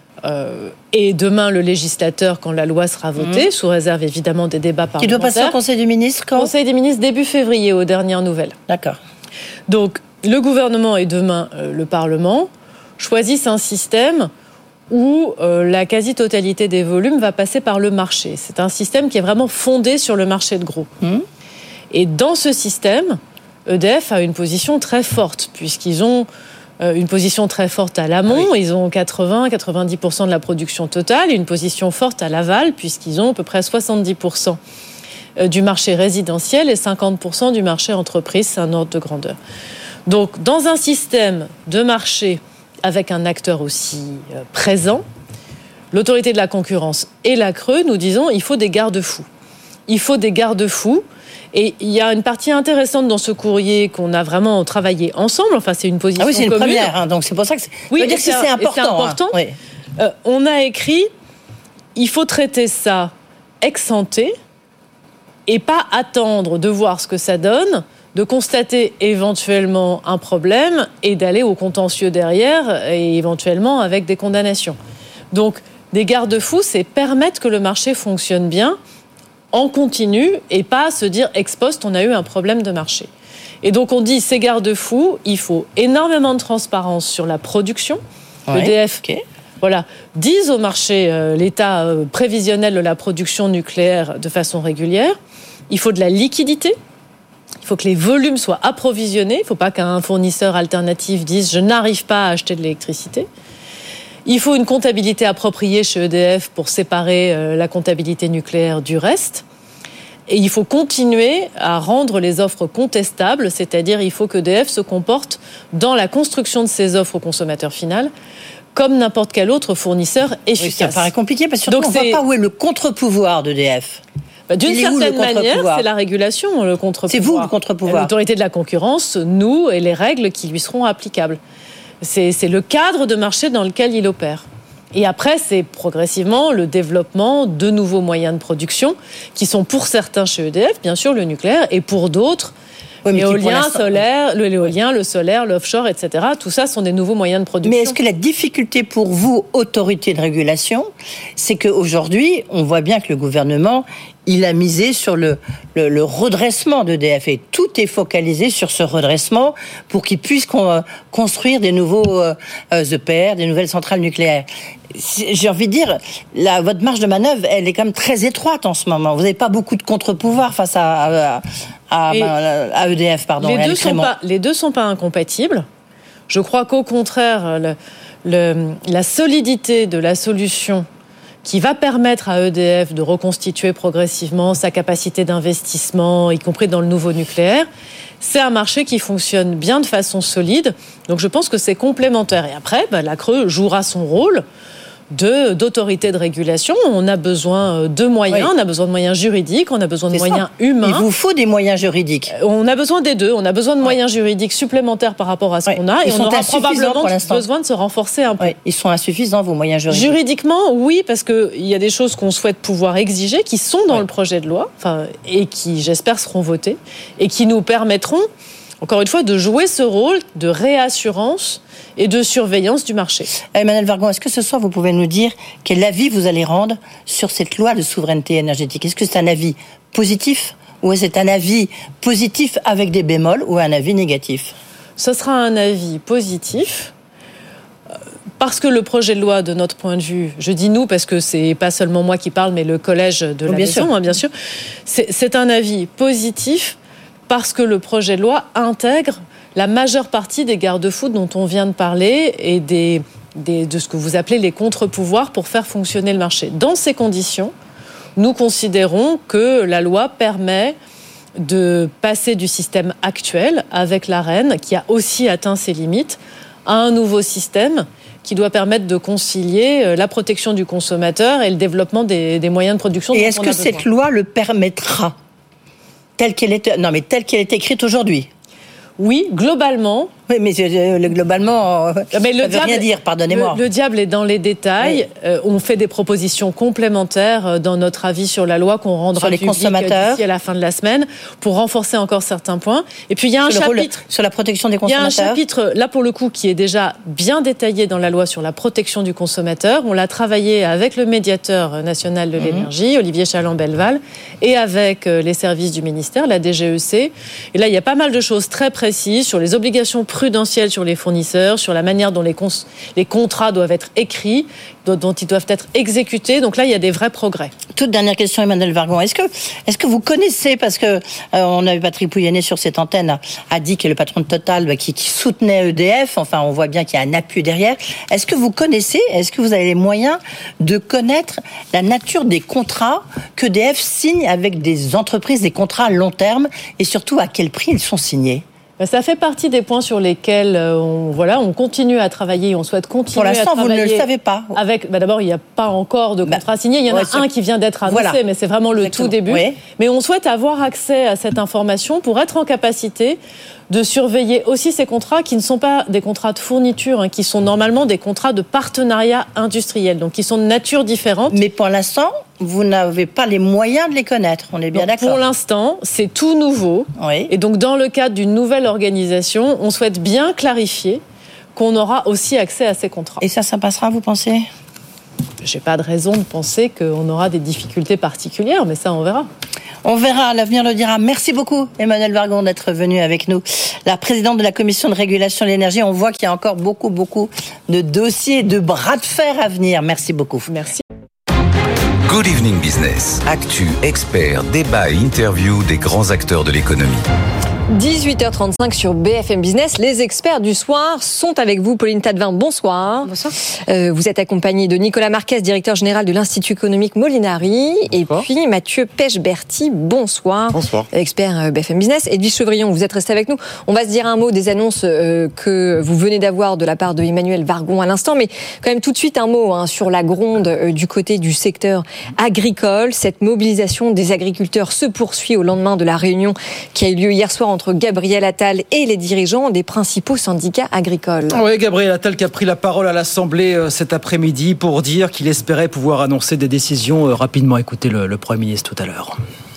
et demain le législateur quand la loi sera votée, sous réserve évidemment des débats parlementaires. Qui doit passer au Conseil des ministres quand ? Conseil des ministres début février, aux dernières nouvelles. D'accord. Donc, le gouvernement et demain le Parlement choisissent un système où la quasi-totalité des volumes va passer par le marché. C'est un système qui est vraiment fondé sur le marché de gros. Et dans ce système, EDF a une position très forte, puisqu'ils ont une position très forte à l'amont, ils ont 80-90% de la production totale, et une position forte à l'aval, puisqu'ils ont à peu près 70% du marché résidentiel et 50% du marché entreprise, c'est un ordre de grandeur. Donc, dans un système de marché avec un acteur aussi présent, l'autorité de la concurrence et la Creux, nous disons, il faut des garde-fous. Il faut des garde-fous. Et il y a une partie intéressante dans ce courrier qu'on a vraiment travaillé ensemble. Enfin, c'est une position commune. Ah oui, c'est une première, donc c'est pour ça que c'est important. C'est important. On a écrit, il faut traiter ça ex ante et pas attendre de voir ce que ça donne de constater éventuellement un problème et d'aller au contentieux derrière et éventuellement avec des condamnations. Donc, des garde-fous, c'est permettre que le marché fonctionne bien en continu et pas se dire ex post, on a eu un problème de marché. Et donc, on dit, ces garde-fous, il faut énormément de transparence sur la production. EDF, disent au marché l'état prévisionnel de la production nucléaire de façon régulière. Il faut de la liquidité. Il faut que les volumes soient approvisionnés. Il ne faut pas qu'un fournisseur alternatif dise « je n'arrive pas à acheter de l'électricité ». Il faut une comptabilité appropriée chez EDF pour séparer la comptabilité nucléaire du reste. Et il faut continuer à rendre les offres contestables, c'est-à-dire il faut qu'EDF se comporte dans la construction de ses offres au consommateur final comme n'importe quel autre fournisseur efficace. Oui, ça paraît compliqué parce qu'on ne voit pas où est le contre-pouvoir d'EDF. D'une certaine manière, c'est la régulation, le contre-pouvoir. C'est vous, le contre-pouvoir. L'autorité de la concurrence, nous, et les règles qui lui seront applicables. C'est le cadre de marché dans lequel il opère. Et après, c'est progressivement le développement de nouveaux moyens de production qui sont pour certains chez EDF, bien sûr, le nucléaire, et pour d'autres, l'éolien, le solaire, l'offshore, etc. Tout ça sont des nouveaux moyens de production. Mais est-ce que la difficulté pour vous, autorité de régulation, c'est qu'aujourd'hui, on voit bien que le gouvernement, il a misé sur le redressement d'EDF et tout est focalisé sur ce redressement pour qu'il puisse construire des nouveaux EPR, des nouvelles centrales nucléaires. J'ai envie de dire, votre marge de manœuvre, elle est quand même très étroite en ce moment. Vous n'avez pas beaucoup de contre-pouvoir face à EDF, pardon. Les deux sont pas incompatibles. Je crois qu'au contraire, la solidité de la solution qui va permettre à EDF de reconstituer progressivement sa capacité d'investissement, y compris dans le nouveau nucléaire, c'est un marché qui fonctionne bien de façon solide. Donc je pense que c'est complémentaire. Et après, la CRE jouera son rôle d'autorité de régulation. On a besoin de moyens, on a besoin de moyens juridiques, on a besoin de moyens humains. Il vous faut des moyens juridiques. On a besoin des deux. On a besoin de moyens juridiques supplémentaires par rapport à ce qu'on a. Et on aura probablement besoin de se renforcer un peu. Ils sont insuffisants, vos moyens juridiques. Juridiquement, oui, parce qu'il y a des choses qu'on souhaite pouvoir exiger, qui sont dans le projet de loi, et qui, j'espère, seront votées, et qui nous permettront, encore une fois, de jouer ce rôle de réassurance et de surveillance du marché. Emmanuelle Wargon, est-ce que ce soir vous pouvez nous dire quel avis vous allez rendre sur cette loi de souveraineté énergétique ? Est-ce que c'est un avis positif ou est-ce un avis positif avec des bémols ou un avis négatif ? Ce sera un avis positif. Parce que le projet de loi, de notre point de vue, je dis nous parce que c'est pas seulement moi qui parle, mais le collège de la maison, bien sûr, c'est un avis positif parce que le projet de loi intègre la majeure partie des garde-fous dont on vient de parler et de ce que vous appelez les contre-pouvoirs pour faire fonctionner le marché. Dans ces conditions, nous considérons que la loi permet de passer du système actuel avec l'Arenh, qui a aussi atteint ses limites, à un nouveau système qui doit permettre de concilier la protection du consommateur et le développement des moyens de production. Et est-ce que cette loi le permettra telle qu'elle est écrite aujourd'hui ? Oui, globalement. Oui, mais globalement, ça ne veut rien dire, pardonnez-moi. Le diable est dans les détails. Oui. On fait des propositions complémentaires dans notre avis sur la loi qu'on rendra public d'ici à la fin de la semaine pour renforcer encore certains points. Et puis il y a un chapitre sur la protection des consommateurs. Il y a un chapitre, là pour le coup, qui est déjà bien détaillé dans la loi sur la protection du consommateur. On l'a travaillé avec le médiateur national de l'énergie, Olivier Chaland-Belval, et avec les services du ministère, la DGEC. Et là, il y a pas mal de choses très précises sur les obligations prudentielles sur les fournisseurs, sur la manière dont les contrats doivent être écrits, dont ils doivent être exécutés. Donc là, il y a des vrais progrès. Toute dernière question, Emmanuelle Wargon. Est-ce que vous connaissez, parce que on a eu Patrick Pouyanné sur cette antenne, a dit que le patron de Total qui soutenait EDF, enfin on voit bien qu'il y a un appui derrière. Est-ce que vous connaissez, est-ce que vous avez les moyens de connaître la nature des contrats qu'EDF signe avec des entreprises, des contrats à long terme, et surtout à quel prix ils sont signés ? Ça fait partie des points sur lesquels on continue à travailler, on souhaite continuer à travailler. Pour l'instant, vous ne le savez pas. D'abord, il n'y a pas encore de contrat signé. Il y en a un qui vient d'être annoncé, mais c'est vraiment le tout début. Oui. Mais on souhaite avoir accès à cette information pour être en capacité de surveiller aussi ces contrats qui ne sont pas des contrats de fourniture, qui sont normalement des contrats de partenariat industriel, donc qui sont de nature différente. Mais pour l'instant, vous n'avez pas les moyens de les connaître, on est bien d'accord. Pour l'instant, c'est tout nouveau. Oui. Et donc, dans le cadre d'une nouvelle organisation, on souhaite bien clarifier qu'on aura aussi accès à ces contrats. Et ça passera, vous pensez ? J'ai pas de raison de penser qu'on aura des difficultés particulières, mais ça, on verra. On verra, l'avenir le dira. Merci beaucoup, Emmanuelle Wargon, d'être venue avec nous. La présidente de la Commission de régulation de l'énergie, on voit qu'il y a encore beaucoup de dossiers, de bras de fer à venir. Merci beaucoup. Merci. Good Evening Business. Actu, experts, débat et interview des grands acteurs de l'économie. 18h35 sur BFM Business. Les experts du soir sont avec vous. Pauline Tadevin, bonsoir. Bonsoir. Vous êtes accompagnée de Nicolas Marquez, directeur général de l'Institut économique Molinari. Bonsoir. Et puis Mathieu Pechberti, bonsoir. Bonsoir. Expert BFM Business. Edwige Chevrillon, vous êtes resté avec nous. On va se dire un mot des annonces que vous venez d'avoir de la part de Emmanuelle Wargon à l'instant. Mais quand même tout de suite un mot sur la gronde du côté du secteur agricole. Cette mobilisation des agriculteurs se poursuit au lendemain de la réunion qui a eu lieu hier soir entre Gabriel Attal et les dirigeants des principaux syndicats agricoles. Oui, Gabriel Attal qui a pris la parole à l'Assemblée cet après-midi pour dire qu'il espérait pouvoir annoncer des décisions rapidement. Écoutez le Premier ministre tout à l'heure.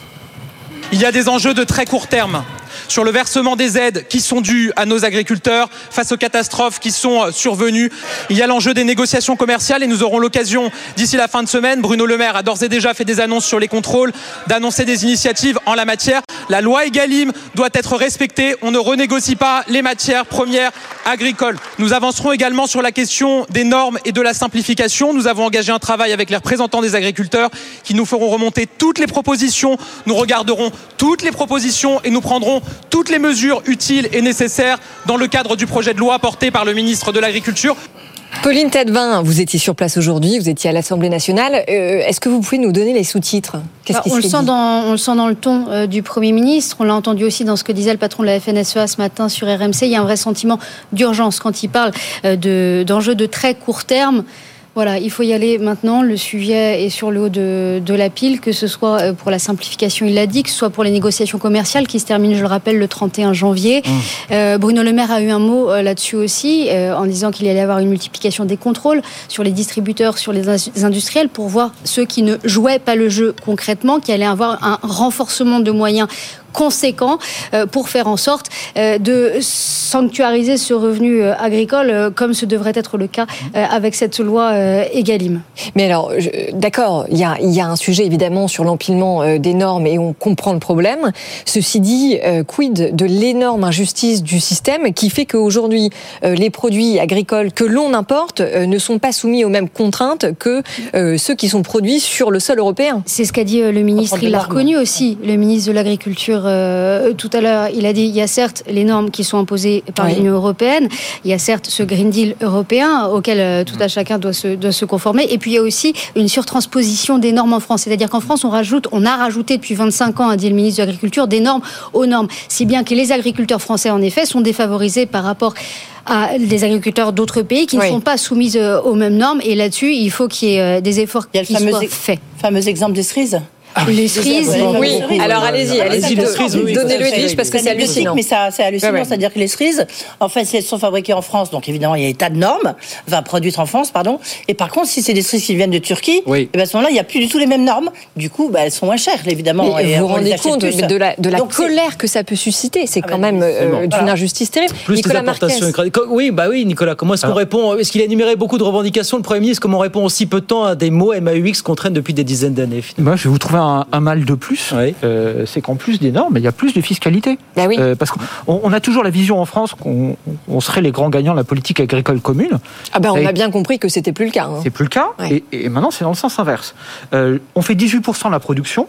Il y a des enjeux de très court terme sur le versement des aides qui sont dues à nos agriculteurs face aux catastrophes qui sont survenues. Il y a l'enjeu des négociations commerciales et nous aurons l'occasion d'ici la fin de semaine, Bruno Le Maire a d'ores et déjà fait des annonces sur les contrôles, d'annoncer des initiatives en la matière. La loi Egalim doit être respectée, on ne renégocie pas les matières premières agricoles. Nous avancerons également sur la question des normes et de la simplification. Nous avons engagé un travail avec les représentants des agriculteurs qui nous feront remonter toutes les propositions. Nous regarderons toutes les propositions et nous prendrons toutes les mesures utiles et nécessaires dans le cadre du projet de loi porté par le ministre de l'Agriculture. Pauline Tadevin, vous étiez sur place aujourd'hui, vous étiez à l'Assemblée nationale. Est-ce que vous pouvez nous donner les sous-titres ? On le sent dans le ton du Premier ministre. On l'a entendu aussi dans ce que disait le patron de la FNSEA ce matin sur RMC. Il y a un vrai sentiment d'urgence quand il parle d'enjeux de très court terme. Voilà, il faut y aller maintenant. Le sujet est sur le haut de la pile, que ce soit pour la simplification, il l'a dit, que ce soit pour les négociations commerciales qui se terminent, je le rappelle, le 31 janvier. Bruno Le Maire a eu un mot là-dessus aussi, en disant qu'il allait y avoir une multiplication des contrôles sur les distributeurs, sur les industriels, pour voir ceux qui ne jouaient pas le jeu concrètement, qu'il allait avoir un renforcement de moyens conséquent pour faire en sorte de sanctuariser ce revenu agricole comme ce devrait être le cas avec cette loi Egalim. Mais alors, d'accord, il y a un sujet évidemment sur l'empilement des normes et on comprend le problème. Ceci dit, quid de l'énorme injustice du système qui fait qu'aujourd'hui, les produits agricoles que l'on importe ne sont pas soumis aux mêmes contraintes que ceux qui sont produits sur le sol européen. C'est ce qu'a dit le ministre, il l'a reconnu aussi, le ministre de l'Agriculture tout à l'heure. Il a dit, il y a certes les normes qui sont imposées par l'Union européenne, il y a certes ce Green Deal européen auquel tout à chacun doit se conformer, et puis il y a aussi une surtransposition des normes en France. C'est-à-dire qu'en France, on a rajouté depuis 25 ans, a dit le ministre de l'Agriculture, des normes aux normes. Si bien que les agriculteurs français, en effet, sont défavorisés par rapport à des agriculteurs d'autres pays qui ne sont pas soumis aux mêmes normes. Et là-dessus, il faut qu'il y ait des efforts qui soient faits. Le fameux exemple des cerises. Les cerises, oui. Alors allez-y, donnez-le Edwige parce que c'est hallucinant. Mais c'est hallucinant, c'est-à-dire que les cerises, en fait, si elles sont fabriquées en France, donc évidemment, il y a des tas de normes, produites en France, pardon. Et par contre, si c'est des cerises qui viennent de Turquie, et à ce moment-là, il n'y a plus du tout les mêmes normes. Du coup, elles sont moins chères, évidemment. Et vous vous rendez compte de la colère que ça peut susciter. C'est quand même d'une injustice terrible. Plus Nicolas Marquez. Oui, Nicolas, comment est-ce qu'on répond ? Est-ce qu'il a énuméré beaucoup de revendications, le Premier ministre ? Comment on répond aussi peu de temps à des mots MAUX qu'on traîne depuis des dizaines d'années ? Moi, je vais vous trouver un mal de plus, c'est qu'en plus des normes, il y a plus de fiscalité. Parce qu'on a toujours la vision en France qu'on serait les grands gagnants de la politique agricole commune. On a bien compris que c'était plus le cas. C'est plus le cas, et maintenant c'est dans le sens inverse. On fait 18% de la production,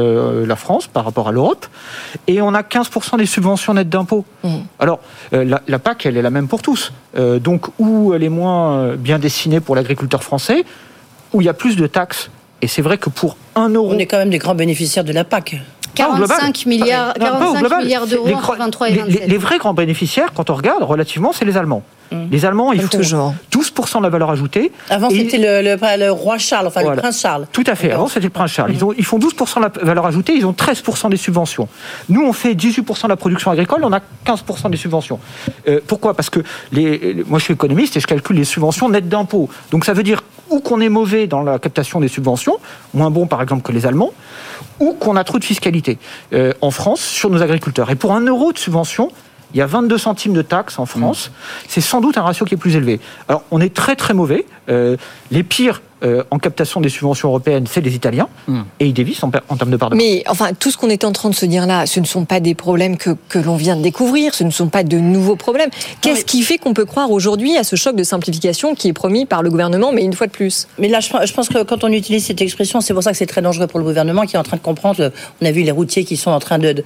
la France, par rapport à l'Europe, et on a 15% des subventions nettes d'impôts. Alors, la PAC, elle est la même pour tous. Donc, où elle est moins bien destinée pour l'agriculteur français, où il y a plus de taxes. Et c'est vrai que pour 1 euro... On est quand même des grands bénéficiaires de la PAC. 45 milliards d'euros entre 23 et 27. Les vrais grands bénéficiaires, quand on regarde, relativement, c'est les Allemands. Les Allemands, ils font 12% de la valeur ajoutée. Avant, c'était le roi Charles, enfin le prince Charles. Tout à fait. Avant, c'était le prince Charles. Ils font 12% de la valeur ajoutée, ils ont 13% des subventions. Nous, on fait 18% de la production agricole, on a 15% des subventions. Pourquoi ? Parce que moi, je suis économiste et je calcule les subventions nettes d'impôts. Donc, ça veut dire ou qu'on est mauvais dans la captation des subventions, moins bon par exemple que les Allemands, ou qu'on a trop de fiscalité en France sur nos agriculteurs. Et pour 1 euro de subvention, il y a 22 centimes de taxes en France. C'est sans doute un ratio qui est plus élevé. Alors, on est très très mauvais. Les pires en captation des subventions européennes, c'est les Italiens, et ils dévissent en termes de part de marché. Mais enfin, tout ce qu'on était en train de se dire là, ce ne sont pas des problèmes que l'on vient de découvrir, ce ne sont pas de nouveaux problèmes. Qu'est-ce qui fait qu'on peut croire aujourd'hui à ce choc de simplification qui est promis par le gouvernement, mais une fois de plus ? Mais là, je pense que quand on utilise cette expression, c'est pour ça que c'est très dangereux pour le gouvernement qui est en train de comprendre. On a vu les routiers qui sont en train de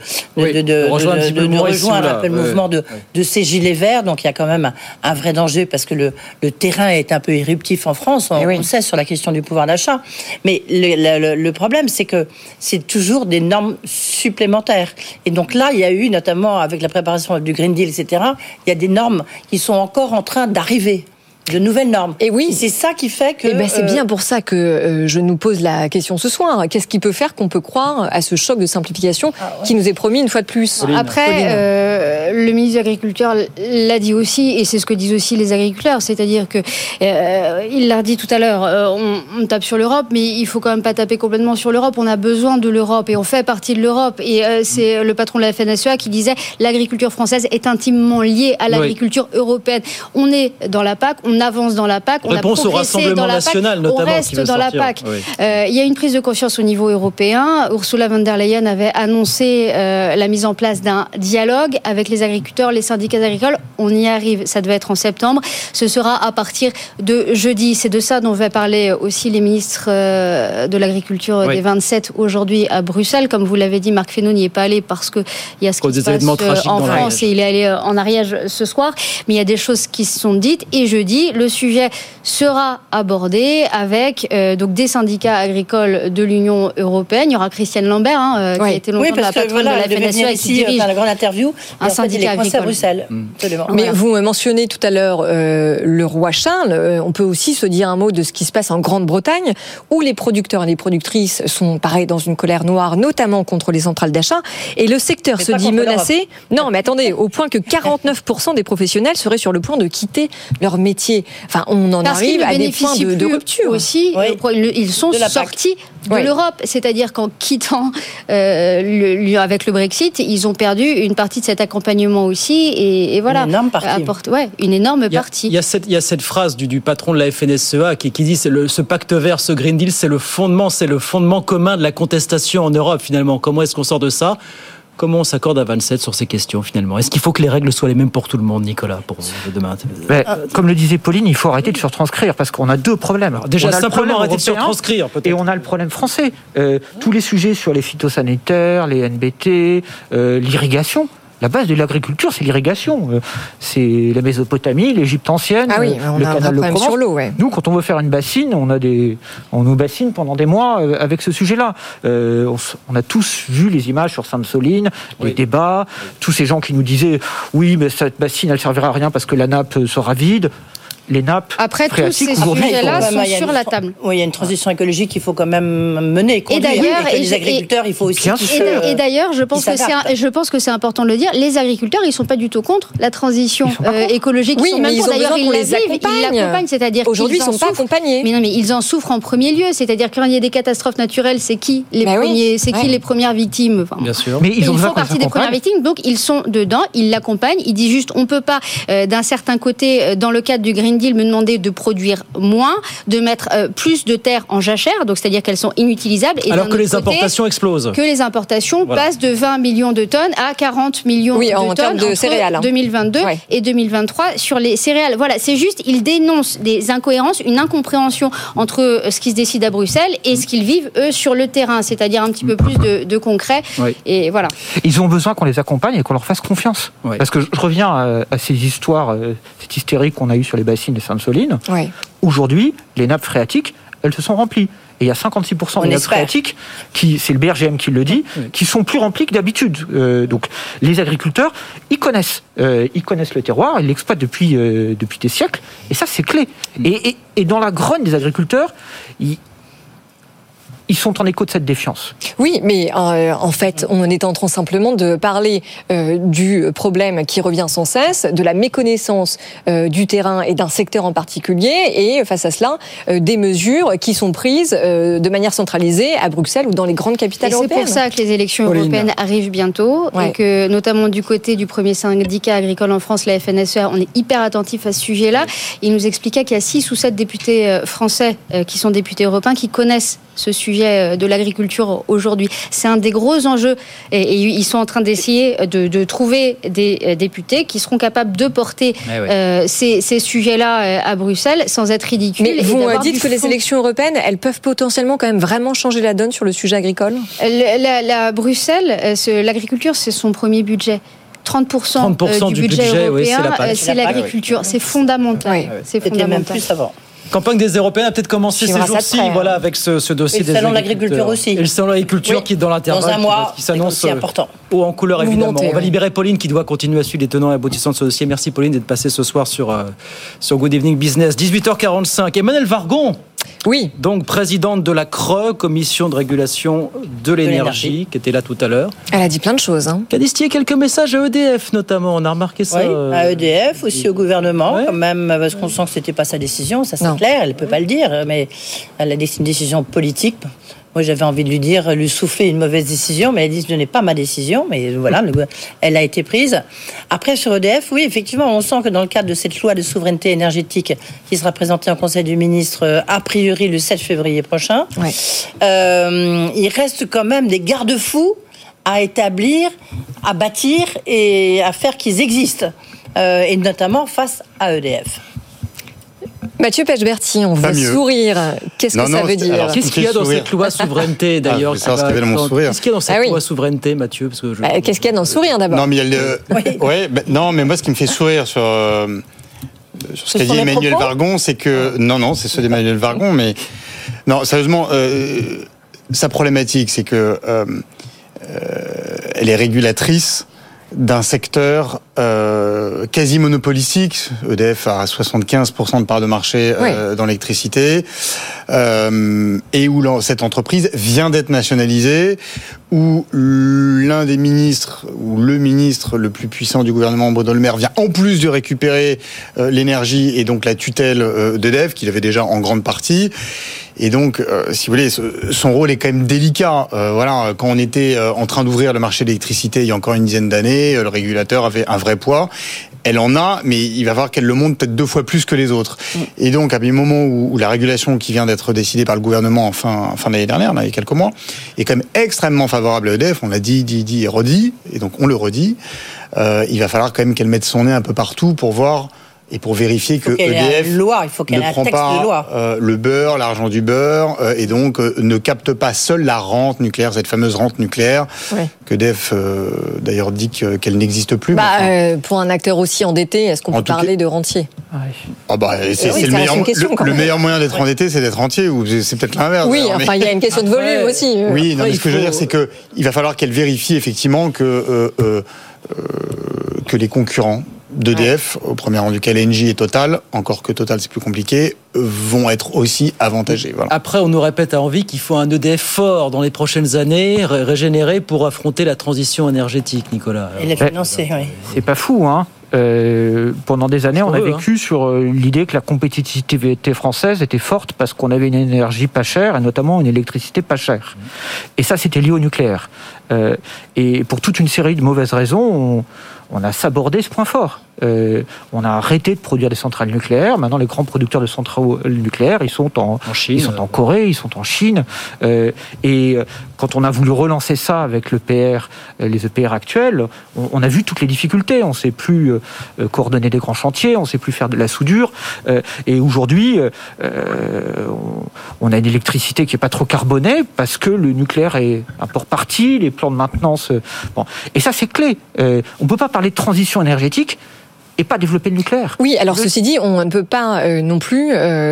rejoindre un peu le mouvement de ces gilets verts. Donc il y a quand même un vrai danger parce que le terrain est un peu éruptif en France. On le sait sur la question du pouvoir d'achat. Mais le problème, c'est que c'est toujours des normes supplémentaires. Et donc là, il y a eu, notamment avec la préparation du Green Deal, etc., il y a des normes qui sont encore en train d'arriver. De nouvelles normes. Et oui, c'est ça qui fait que. C'est bien pour ça que je nous pose la question ce soir. Qu'est-ce qui peut faire qu'on peut croire à ce choc de simplification qui nous est promis une fois de plus ? Après, le ministre de l'Agriculture l'a dit aussi, et c'est ce que disent aussi les agriculteurs, c'est-à-dire que il l'a dit tout à l'heure. On tape sur l'Europe, mais il faut quand même pas taper complètement sur l'Europe. On a besoin de l'Europe et on fait partie de l'Europe. Et c'est le patron de la FNSEA qui disait l'agriculture française est intimement liée à l'agriculture européenne. On est dans la PAC. On avance dans la PAC, on réponse a progressé au Rassemblement dans la national, PAC, notamment, on reste dans la PAC. Oui. Il y a une prise de conscience au niveau européen. Ursula von der Leyen avait annoncé la mise en place d'un dialogue avec les agriculteurs, les syndicats agricoles. On y arrive, ça devait être en septembre. Ce sera à partir de jeudi. C'est de ça dont va parler aussi les ministres de l'agriculture des 27 aujourd'hui à Bruxelles. Comme vous l'avez dit, Marc Fesneau n'y est pas allé parce qu'il y a ce qui se passe en France et il est allé en Ariège ce soir. Mais il y a des choses qui se sont dites et jeudi, le sujet sera abordé avec donc des syndicats agricoles de l'Union européenne. Il y aura Christiane Lambert, qui a été longtemps la patronne de la FNSEA et qui dirige la grande interview, un syndicat agricole à Bruxelles. Mais vous mentionnez tout à l'heure le roi Charles. On peut aussi se dire un mot de ce qui se passe en Grande-Bretagne, où les producteurs et les productrices sont pareil dans une colère noire, notamment contre les centrales d'achat, et le secteur se dit menacé. Non, mais attendez, au point que 49% des professionnels seraient sur le point de quitter leur métier. Enfin, on en arrive à des points de rupture. Aussi, ils sont sortis de l'Europe. C'est-à-dire qu'en quittant avec le Brexit, ils ont perdu une partie de cet accompagnement aussi. Et voilà. Une énorme partie. Une énorme partie. Il y a cette phrase du patron de la FNSEA qui dit ce pacte vert, ce Green Deal, c'est le fondement commun de la contestation en Europe, finalement. Comment est-ce qu'on sort de ça ? Comment on s'accorde à 27 sur ces questions, finalement ? Est-ce qu'il faut que les règles soient les mêmes pour tout le monde, Nicolas, pour demain ? Comme le disait Pauline, il faut arrêter de surtranscrire, parce qu'on a deux problèmes. Alors déjà, simplement arrêter de surtranscrire, peut-être. Et on a le problème français. Tous les sujets sur les phytosanitaires, les NBT, l'irrigation. La base de l'agriculture, c'est l'irrigation. C'est la Mésopotamie, l'Égypte ancienne, le canal de Provence. Sur l'eau, Nous, quand on veut faire une bassine, on nous bassine pendant des mois avec ce sujet-là. On a tous vu les images sur Sainte-Soline, les débats, tous ces gens qui nous disaient « Oui, mais cette bassine, elle ne servira à rien parce que la nappe sera vide ». Les nappes après, tous ces sujets-là sont sur la table. Oui, il y a une transition écologique qu'il faut quand même mener, conduire. Et d'ailleurs, les agriculteurs, il faut aussi. Et d'ailleurs, je pense que c'est important de le dire. Les agriculteurs, ils sont pas du tout contre la transition écologique. Oui, mais ils ont besoin qu'on les accompagne. C'est-à-dire aujourd'hui, ils sont pas accompagnés. Mais non, mais ils en souffrent en premier lieu. C'est-à-dire quand il y a des catastrophes naturelles, c'est qui les premiers, c'est qui les premières victimes. Bien sûr. Mais ils font partie des premières victimes, donc ils sont dedans. Ils l'accompagnent. Ils disent juste, on peut pas, d'un certain côté, dans le cadre du Green Deal, me demander de produire moins, de mettre plus de terres en jachère, donc c'est-à-dire qu'elles sont inutilisables. Et alors que les importations explosent. Que les importations passent de 20 millions de tonnes à 40 millions de tonnes de céréales, entre 2022 et 2023 sur les céréales. Voilà, c'est juste, ils dénoncent des incohérences, une incompréhension entre ce qui se décide à Bruxelles et ce qu'ils vivent, eux, sur le terrain, c'est-à-dire un petit peu plus de concret. Et voilà. Ils ont besoin qu'on les accompagne et qu'on leur fasse confiance. Parce que je reviens à ces histoires, cette hystérie qu'on a eue sur les bassines de Sainte-Soline. Aujourd'hui, les nappes phréatiques, elles se sont remplies. Et il y a 56% des nappes phréatiques, c'est le BRGM qui le dit, qui sont plus remplies que d'habitude. Donc les agriculteurs, ils connaissent le terroir, ils l'exploitent depuis des siècles, et ça c'est clé. Et dans la grogne des agriculteurs, ils sont en écho de cette défiance. Oui, mais en fait, on est en train simplement de parler du problème qui revient sans cesse, de la méconnaissance du terrain et d'un secteur en particulier, et face à cela, des mesures qui sont prises de manière centralisée à Bruxelles ou dans les grandes capitales européennes. C'est pour ça que les élections européennes arrivent bientôt, et que notamment du côté du premier syndicat agricole en France, la FNSEA, on est hyper attentif à ce sujet-là. Il nous expliquait qu'il y a 6 ou 7 députés français qui sont députés européens qui connaissent ce sujet de l'agriculture aujourd'hui. C'est un des gros enjeux, et ils sont en train d'essayer de trouver des députés qui seront capables de porter ces sujets-là à Bruxelles sans être ridicules. Mais vous dites que les élections européennes, elles peuvent potentiellement quand même vraiment changer la donne sur le sujet agricole ? Bruxelles, l'agriculture, c'est son premier budget. 30% du budget européen, c'est l'agriculture. C'est fondamental. C'est fondamental. Même plus avant. Campagne des Européennes a peut-être commencé ces jours-ci, avec ce dossier des agriculteurs. Et le salon de l'agriculture aussi. Et le salon de l'agriculture qui est dans l'intervalle, dans un mois, qui s'annonce important. Haut en couleur, évidemment. On va libérer Pauline qui doit continuer à suivre les tenants et aboutissants de ce dossier. Merci Pauline d'être passée ce soir sur Good Evening Business. 18h45. Emmanuelle Wargon. Oui. Donc, présidente de la CRE, Commission de régulation de l'énergie, qui était là tout à l'heure. Elle a dit plein de choses. Qui a distillé quelques messages à EDF, notamment. On a remarqué ça. Oui, à EDF, aussi au gouvernement, quand même, parce qu'on sent que c'était pas sa décision, ça c'est clair, elle ne peut pas le dire, mais elle a décidé une décision politique. Moi, j'avais envie de lui souffler une mauvaise décision, mais elle dit, ce n'est pas ma décision, mais voilà, elle a été prise. Après, sur EDF, oui, effectivement, on sent que dans le cadre de cette loi de souveraineté énergétique qui sera présentée en Conseil des ministres, a priori, le 7 février prochain, il reste quand même des garde-fous à établir, à bâtir et à faire qu'ils existent, et notamment face à EDF. Mathieu Pechberti, on veut sourire. Qu'est-ce que ça veut dire ? Alors, qu'est-ce qu'il y a dans cette loi souveraineté, d'ailleurs Qu'est-ce qu'il y a dans cette loi souveraineté, Mathieu ? Qu'est-ce qu'il y a dans le sourire, d'abord ? Non, mais moi, ce qui me fait sourire sur ce qu'a dit Emmanuelle Wargon, c'est que... Non, c'est ceux d'Emmanuelle Wargon, mais... Non, sérieusement, sa problématique, c'est que elle est régulatrice d'un secteur quasi monopolistique. EDF a 75% de part de marché dans l'électricité, et où cette entreprise vient d'être nationalisée, où l'un des ministres, ou le ministre le plus puissant du gouvernement, Bruno Le Maire, vient en plus de récupérer l'énergie et donc la tutelle d'EDF, qu'il avait déjà en grande partie. Et donc, si vous voulez, son rôle est quand même délicat. Quand on était en train d'ouvrir le marché de l'électricité il y a encore une dizaine d'années, le régulateur avait un vrai poids. Elle en a, mais il va falloir qu'elle le monte peut-être 2 fois plus que les autres. Et donc, à un moment où la régulation qui vient d'être décidée par le gouvernement en fin d'année dernière, il y a quelques mois, est quand même extrêmement favorable à EDF. On l'a dit et redit, et donc on le redit. Il va falloir quand même qu'elle mette son nez un peu partout pour voir... Et pour vérifier que EDF ne prend pas le beurre, l'argent du beurre, et donc ne capte pas seule la rente nucléaire, cette fameuse rente nucléaire, que EDF d'ailleurs dit qu'elle n'existe plus. Pour un acteur aussi endetté, est-ce qu'on peut parler de rentier ? C'est le meilleur moyen d'être endetté, c'est d'être rentier, ou c'est peut-être l'inverse. Oui, il y a une question de volume aussi. Oui, mais ce que je veux dire, c'est qu'il va falloir qu'elle vérifie effectivement que les concurrents d'EDF, au premier rang duquel Engie et Total, encore que Total c'est plus compliqué, vont être aussi avantagés. Voilà. Après, on nous répète à envie qu'il faut un EDF fort dans les prochaines années, régénéré pour affronter la transition énergétique, Nicolas. Et les financer, oui. C'est pas fou, hein. Pendant des années, on a vécu sur l'idée que la compétitivité française était forte parce qu'on avait une énergie pas chère et notamment une électricité pas chère. Et ça, c'était lié au nucléaire. Et pour toute une série de mauvaises raisons, on a sabordé ce point fort. On a arrêté de produire des centrales nucléaires. Maintenant, les grands producteurs de centrales nucléaires, ils sont en Chine, ils sont en Corée, ils sont en Chine. Et quand on a voulu relancer ça avec l'EPR, les EPR actuels, on a vu toutes les difficultés. On ne sait plus coordonner des grands chantiers, on ne sait plus faire de la soudure. Et aujourd'hui, on a une électricité qui n'est pas trop carbonée parce que le nucléaire est un port parti, les plans de maintenance. Et ça, c'est clé. On ne peut pas parler de transition énergétique et pas développer le nucléaire. Oui, alors ceci dit, on ne peut pas non plus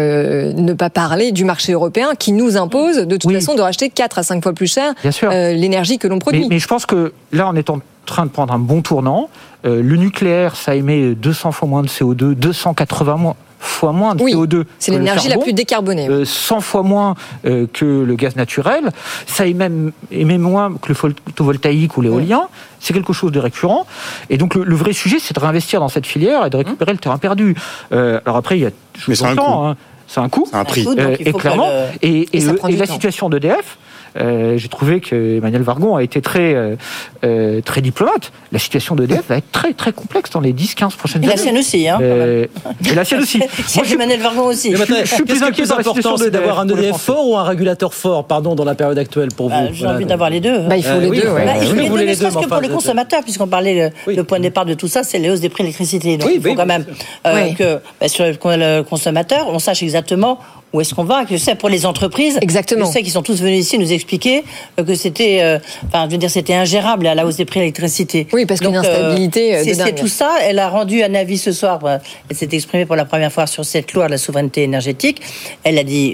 ne pas parler du marché européen qui nous impose de toute façon de racheter 4 à 5 fois plus cher l'énergie que l'on produit. Mais je pense que là, on est en train de prendre un bon tournant. Le nucléaire, ça émet 200 fois moins de CO2, 280 fois moins de CO2. C'est l'énergie la plus décarbonée. 100 fois moins que le gaz naturel. Ça émet moins que le photovoltaïque ou l'éolien. C'est quelque chose de récurrent. Et donc, le vrai sujet, c'est de réinvestir dans cette filière et de récupérer le terrain perdu. Alors après, il y a toujours le temps. C'est un coût. C'est un prix. Et clairement. Et la situation d'EDF, j'ai trouvé que Emmanuel Vargon a été très diplomate. La situation d'EDF va être très très complexe dans les 10-15 prochaines années. Et la sienne aussi, hein. Et la sienne aussi. Moi, Emmanuel Vargon aussi. Je suis plus inquiet de la situation d'avoir un EDF fort ou un régulateur fort, dans la période actuelle pour vous. J'ai envie d'avoir les deux. Il faut les deux. Il faut les deux, ne serait-ce que pour les consommateurs, puisqu'on parlait le point de départ de tout ça, c'est la hausse des prix de l'électricité. Donc il faut quand même que sur le consommateur, on sache exactement où est-ce qu'on va, que c'est pour les entreprises. Exactement. Je sais qu'ils sont tous venus ici nous expliquer que c'était, c'était ingérable à la hausse des prix de l'électricité. Oui, parce qu'une instabilité de dingue. C'est tout ça. Elle a rendu un avis ce soir. Elle s'est exprimée pour la première fois sur cette loi de la souveraineté énergétique. Elle a dit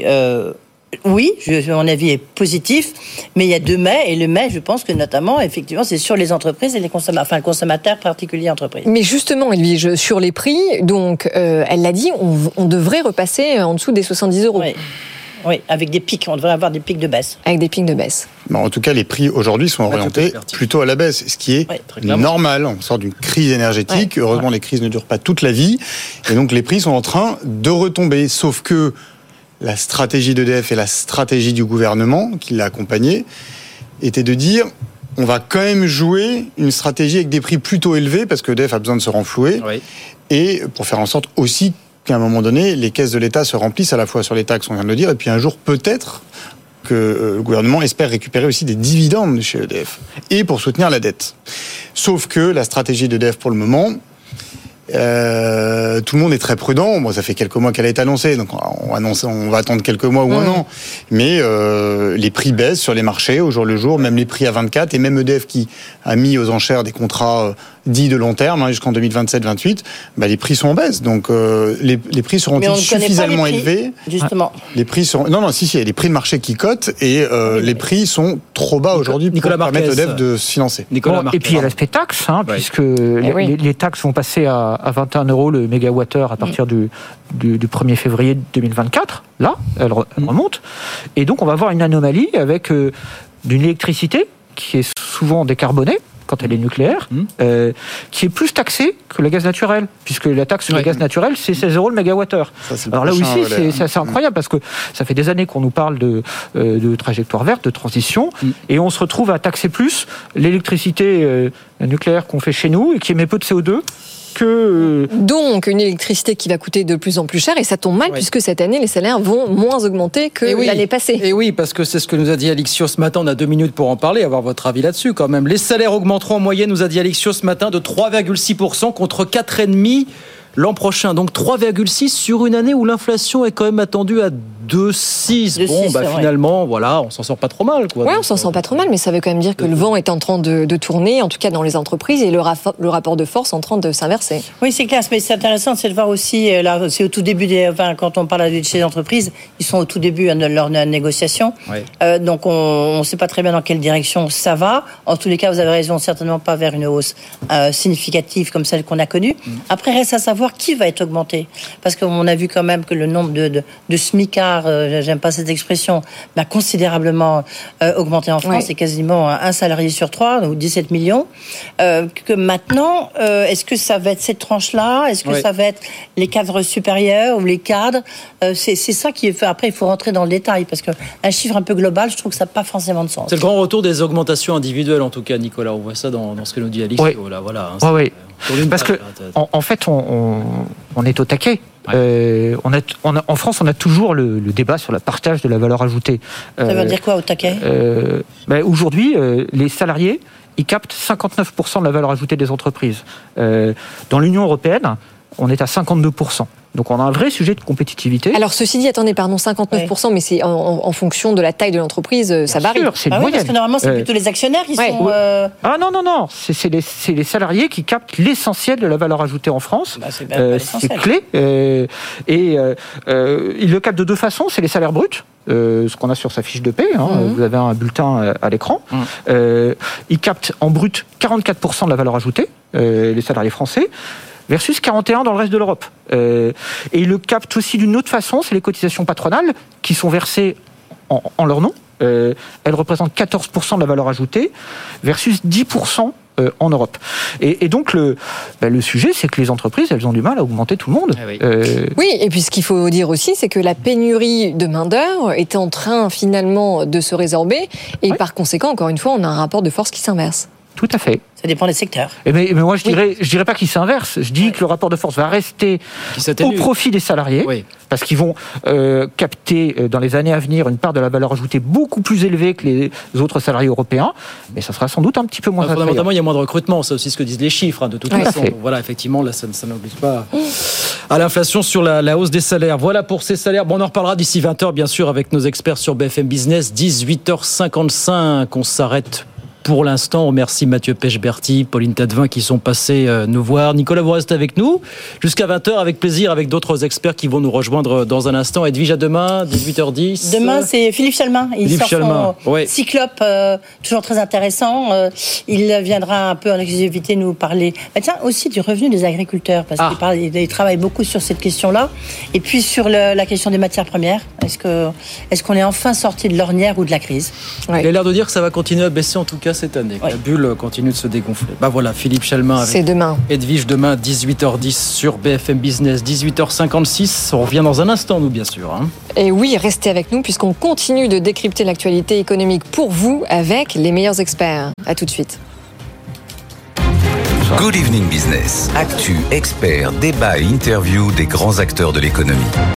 oui, mon avis est positif, mais il y a 2 mais, et le mais, je pense que notamment, effectivement, c'est sur les entreprises et les consommateurs, le consommateur particulier entreprise. Mais justement, Edwige, sur les prix, donc, elle l'a dit, on devrait repasser en dessous des 70 €. Oui, avec des pics, on devrait avoir des pics de baisse. Avec des pics de baisse. Bon, en tout cas, les prix aujourd'hui sont orientés plutôt à la baisse, ce qui est normal. On sort d'une crise énergétique, heureusement les crises ne durent pas toute la vie, et donc les prix sont en train de retomber, sauf que la stratégie d'EDF et la stratégie du gouvernement qui l'a accompagné était de dire on va quand même jouer une stratégie avec des prix plutôt élevés parce que EDF a besoin de se renflouer et pour faire en sorte aussi qu'à un moment donné les caisses de l'État se remplissent à la fois sur les taxes, on vient de le dire, et puis un jour peut-être que le gouvernement espère récupérer aussi des dividendes chez EDF et pour soutenir la dette. Sauf que la stratégie d'EDF pour le moment, tout le monde est très prudent. Bon, ça fait quelques mois qu'elle a été annoncée, donc on va attendre quelques mois ou un an. Mais les prix baissent sur les marchés au jour le jour, même les prix à 24, et même EDF qui a mis aux enchères des contrats dits de long terme jusqu'en 2027-28, les prix sont en baisse. Donc les prix seront-ils suffisamment élevés ? Justement. Les prix sont il y a les prix de marché qui cotent et les prix sont trop bas aujourd'hui pour permettre EDF de se financer. Et puis il y a l'aspect taxe, puisque les taxes vont passer à 21 € le mégawattheure à partir du 1er février 2024. Là, elle remonte. Et donc on va avoir une anomalie avec d'une électricité qui est souvent décarbonée quand elle est nucléaire, qui est plus taxée que le gaz naturel, puisque la taxe sur le gaz naturel, c'est 16 € le mégawattheure. Alors là aussi, c'est assez incroyable, parce que ça fait des années qu'on nous parle de trajectoire verte, de transition, et on se retrouve à taxer plus l'électricité nucléaire qu'on fait chez nous, et qui émet peu de CO2, Donc, une électricité qui va coûter de plus en plus cher, et ça tombe mal, puisque cette année, les salaires vont moins augmenter que l'année passée. Et oui, parce que c'est ce que nous a dit Alixio ce matin. On a 2 minutes pour en parler, avoir votre avis là-dessus quand même. Les salaires augmenteront en moyenne, nous a dit Alixio ce matin, de 3,6% contre 4,5% l'an prochain. Donc 3,6 sur une année où l'inflation est quand même attendue à 2,6. Finalement, voilà, on s'en sort pas trop mal, quoi. Oui, on s'en sort pas trop mal, mais ça veut quand même dire que le vent est en train de tourner, en tout cas dans les entreprises, et le rapport de force en train de s'inverser. Oui, c'est clair, mais c'est intéressant, c'est de voir aussi, là, c'est au tout début quand on parle de ces entreprises, ils sont au tout début de leur négociation. Donc on ne sait pas très bien dans quelle direction ça va. En tous les cas, vous avez raison, certainement pas vers une hausse significative comme celle qu'on a connue. Après, reste à savoir qui va être augmenté. Parce qu'on a vu quand même que le nombre de smicards, j'aime pas cette expression, a considérablement augmenté en France. C'est quasiment un salarié sur 3, ou 17 millions. Que maintenant, est-ce que ça va être cette tranche-là ? Est-ce que ça va être les cadres supérieurs ou les cadres ? C'est ça qui est fait. Après, il faut rentrer dans le détail, parce qu'un chiffre un peu global, je trouve que ça n'a pas forcément de sens. C'est le grand retour des augmentations individuelles, en tout cas, Nicolas. On voit ça dans ce que nous dit Alix. Parce que en fait, on est au taquet. En France, on a toujours le débat sur le partage de la valeur ajoutée. Ça veut dire quoi, au taquet ? Aujourd'hui, les salariés, ils captent 59% de la valeur ajoutée des entreprises. Dans l'Union européenne, on est à 52%. Donc on a un vrai sujet de compétitivité. Alors ceci dit, attendez, pardon, 59%, mais c'est en fonction de la taille de l'entreprise, ça varie. Sûr, c'est une oui, moyenne. parce que normalement, c'est plutôt les actionnaires qui sont... Ah non, c'est les salariés qui captent l'essentiel de la valeur ajoutée en France. C'est clé. Ils le captent de deux façons, c'est les salaires bruts. Ce qu'on a sur sa fiche de paie, vous avez un bulletin à l'écran. Ils captent en brut 44% de la valeur ajoutée, les salariés français, versus 41% dans le reste de l'Europe. Et ils le captent aussi d'une autre façon, c'est les cotisations patronales qui sont versées en leur nom. Elles représentent 14% de la valeur ajoutée versus 10% en Europe. Et donc le sujet, c'est que les entreprises, elles ont du mal à augmenter tout le monde. Oui, et puis ce qu'il faut dire aussi, c'est que la pénurie de main-d'œuvre est en train finalement de se résorber, et par conséquent, encore une fois, on a un rapport de force qui s'inverse. Tout à fait. Ça dépend des secteurs. Mais moi, je dirais pas qu'il s'inverse. Je dis que le rapport de force va rester au profit des salariés, parce qu'ils vont capter dans les années à venir une part de la valeur ajoutée beaucoup plus élevée que les autres salariés européens. Mais ça sera sans doute un petit peu moins attrayant. Fondamentalement, il y a moins de recrutement. C'est aussi ce que disent les chiffres, de toute façon. Donc, voilà, effectivement, là, ça n'oblige pas à l'inflation sur la hausse des salaires. Voilà pour ces salaires. Bon, on en reparlera d'ici 20h, bien sûr, avec nos experts sur BFM Business. 18h55, on s'arrête pour l'instant. On remercie Mathieu Pechberti, Pauline Tadevin qui sont passés nous voir. Nicolas, vous restez avec nous jusqu'à 20h avec plaisir, avec d'autres experts qui vont nous rejoindre dans un instant. Edwige, à demain, 18h10. Demain, c'est Philippe Chalmin. Il sort son Cyclope, toujours très intéressant. Il viendra un peu en exclusivité nous parler aussi du revenu des agriculteurs, parce qu'il travaille beaucoup sur cette question-là. Et puis sur la question des matières premières. Est-ce qu'on est enfin sorti de l'ornière ou de la crise? Il a l'air de dire que ça va continuer à baisser, en tout cas cette année. La bulle continue de se dégonfler. Voilà, Philippe Chalmin avec demain. Edwige demain, 18h10 sur BFM Business, 18h56. On revient dans un instant, nous, bien sûr. Et oui, restez avec nous puisqu'on continue de décrypter l'actualité économique pour vous avec les meilleurs experts. À tout de suite. Good Evening Business. Actu, experts, débat et interview des grands acteurs de l'économie.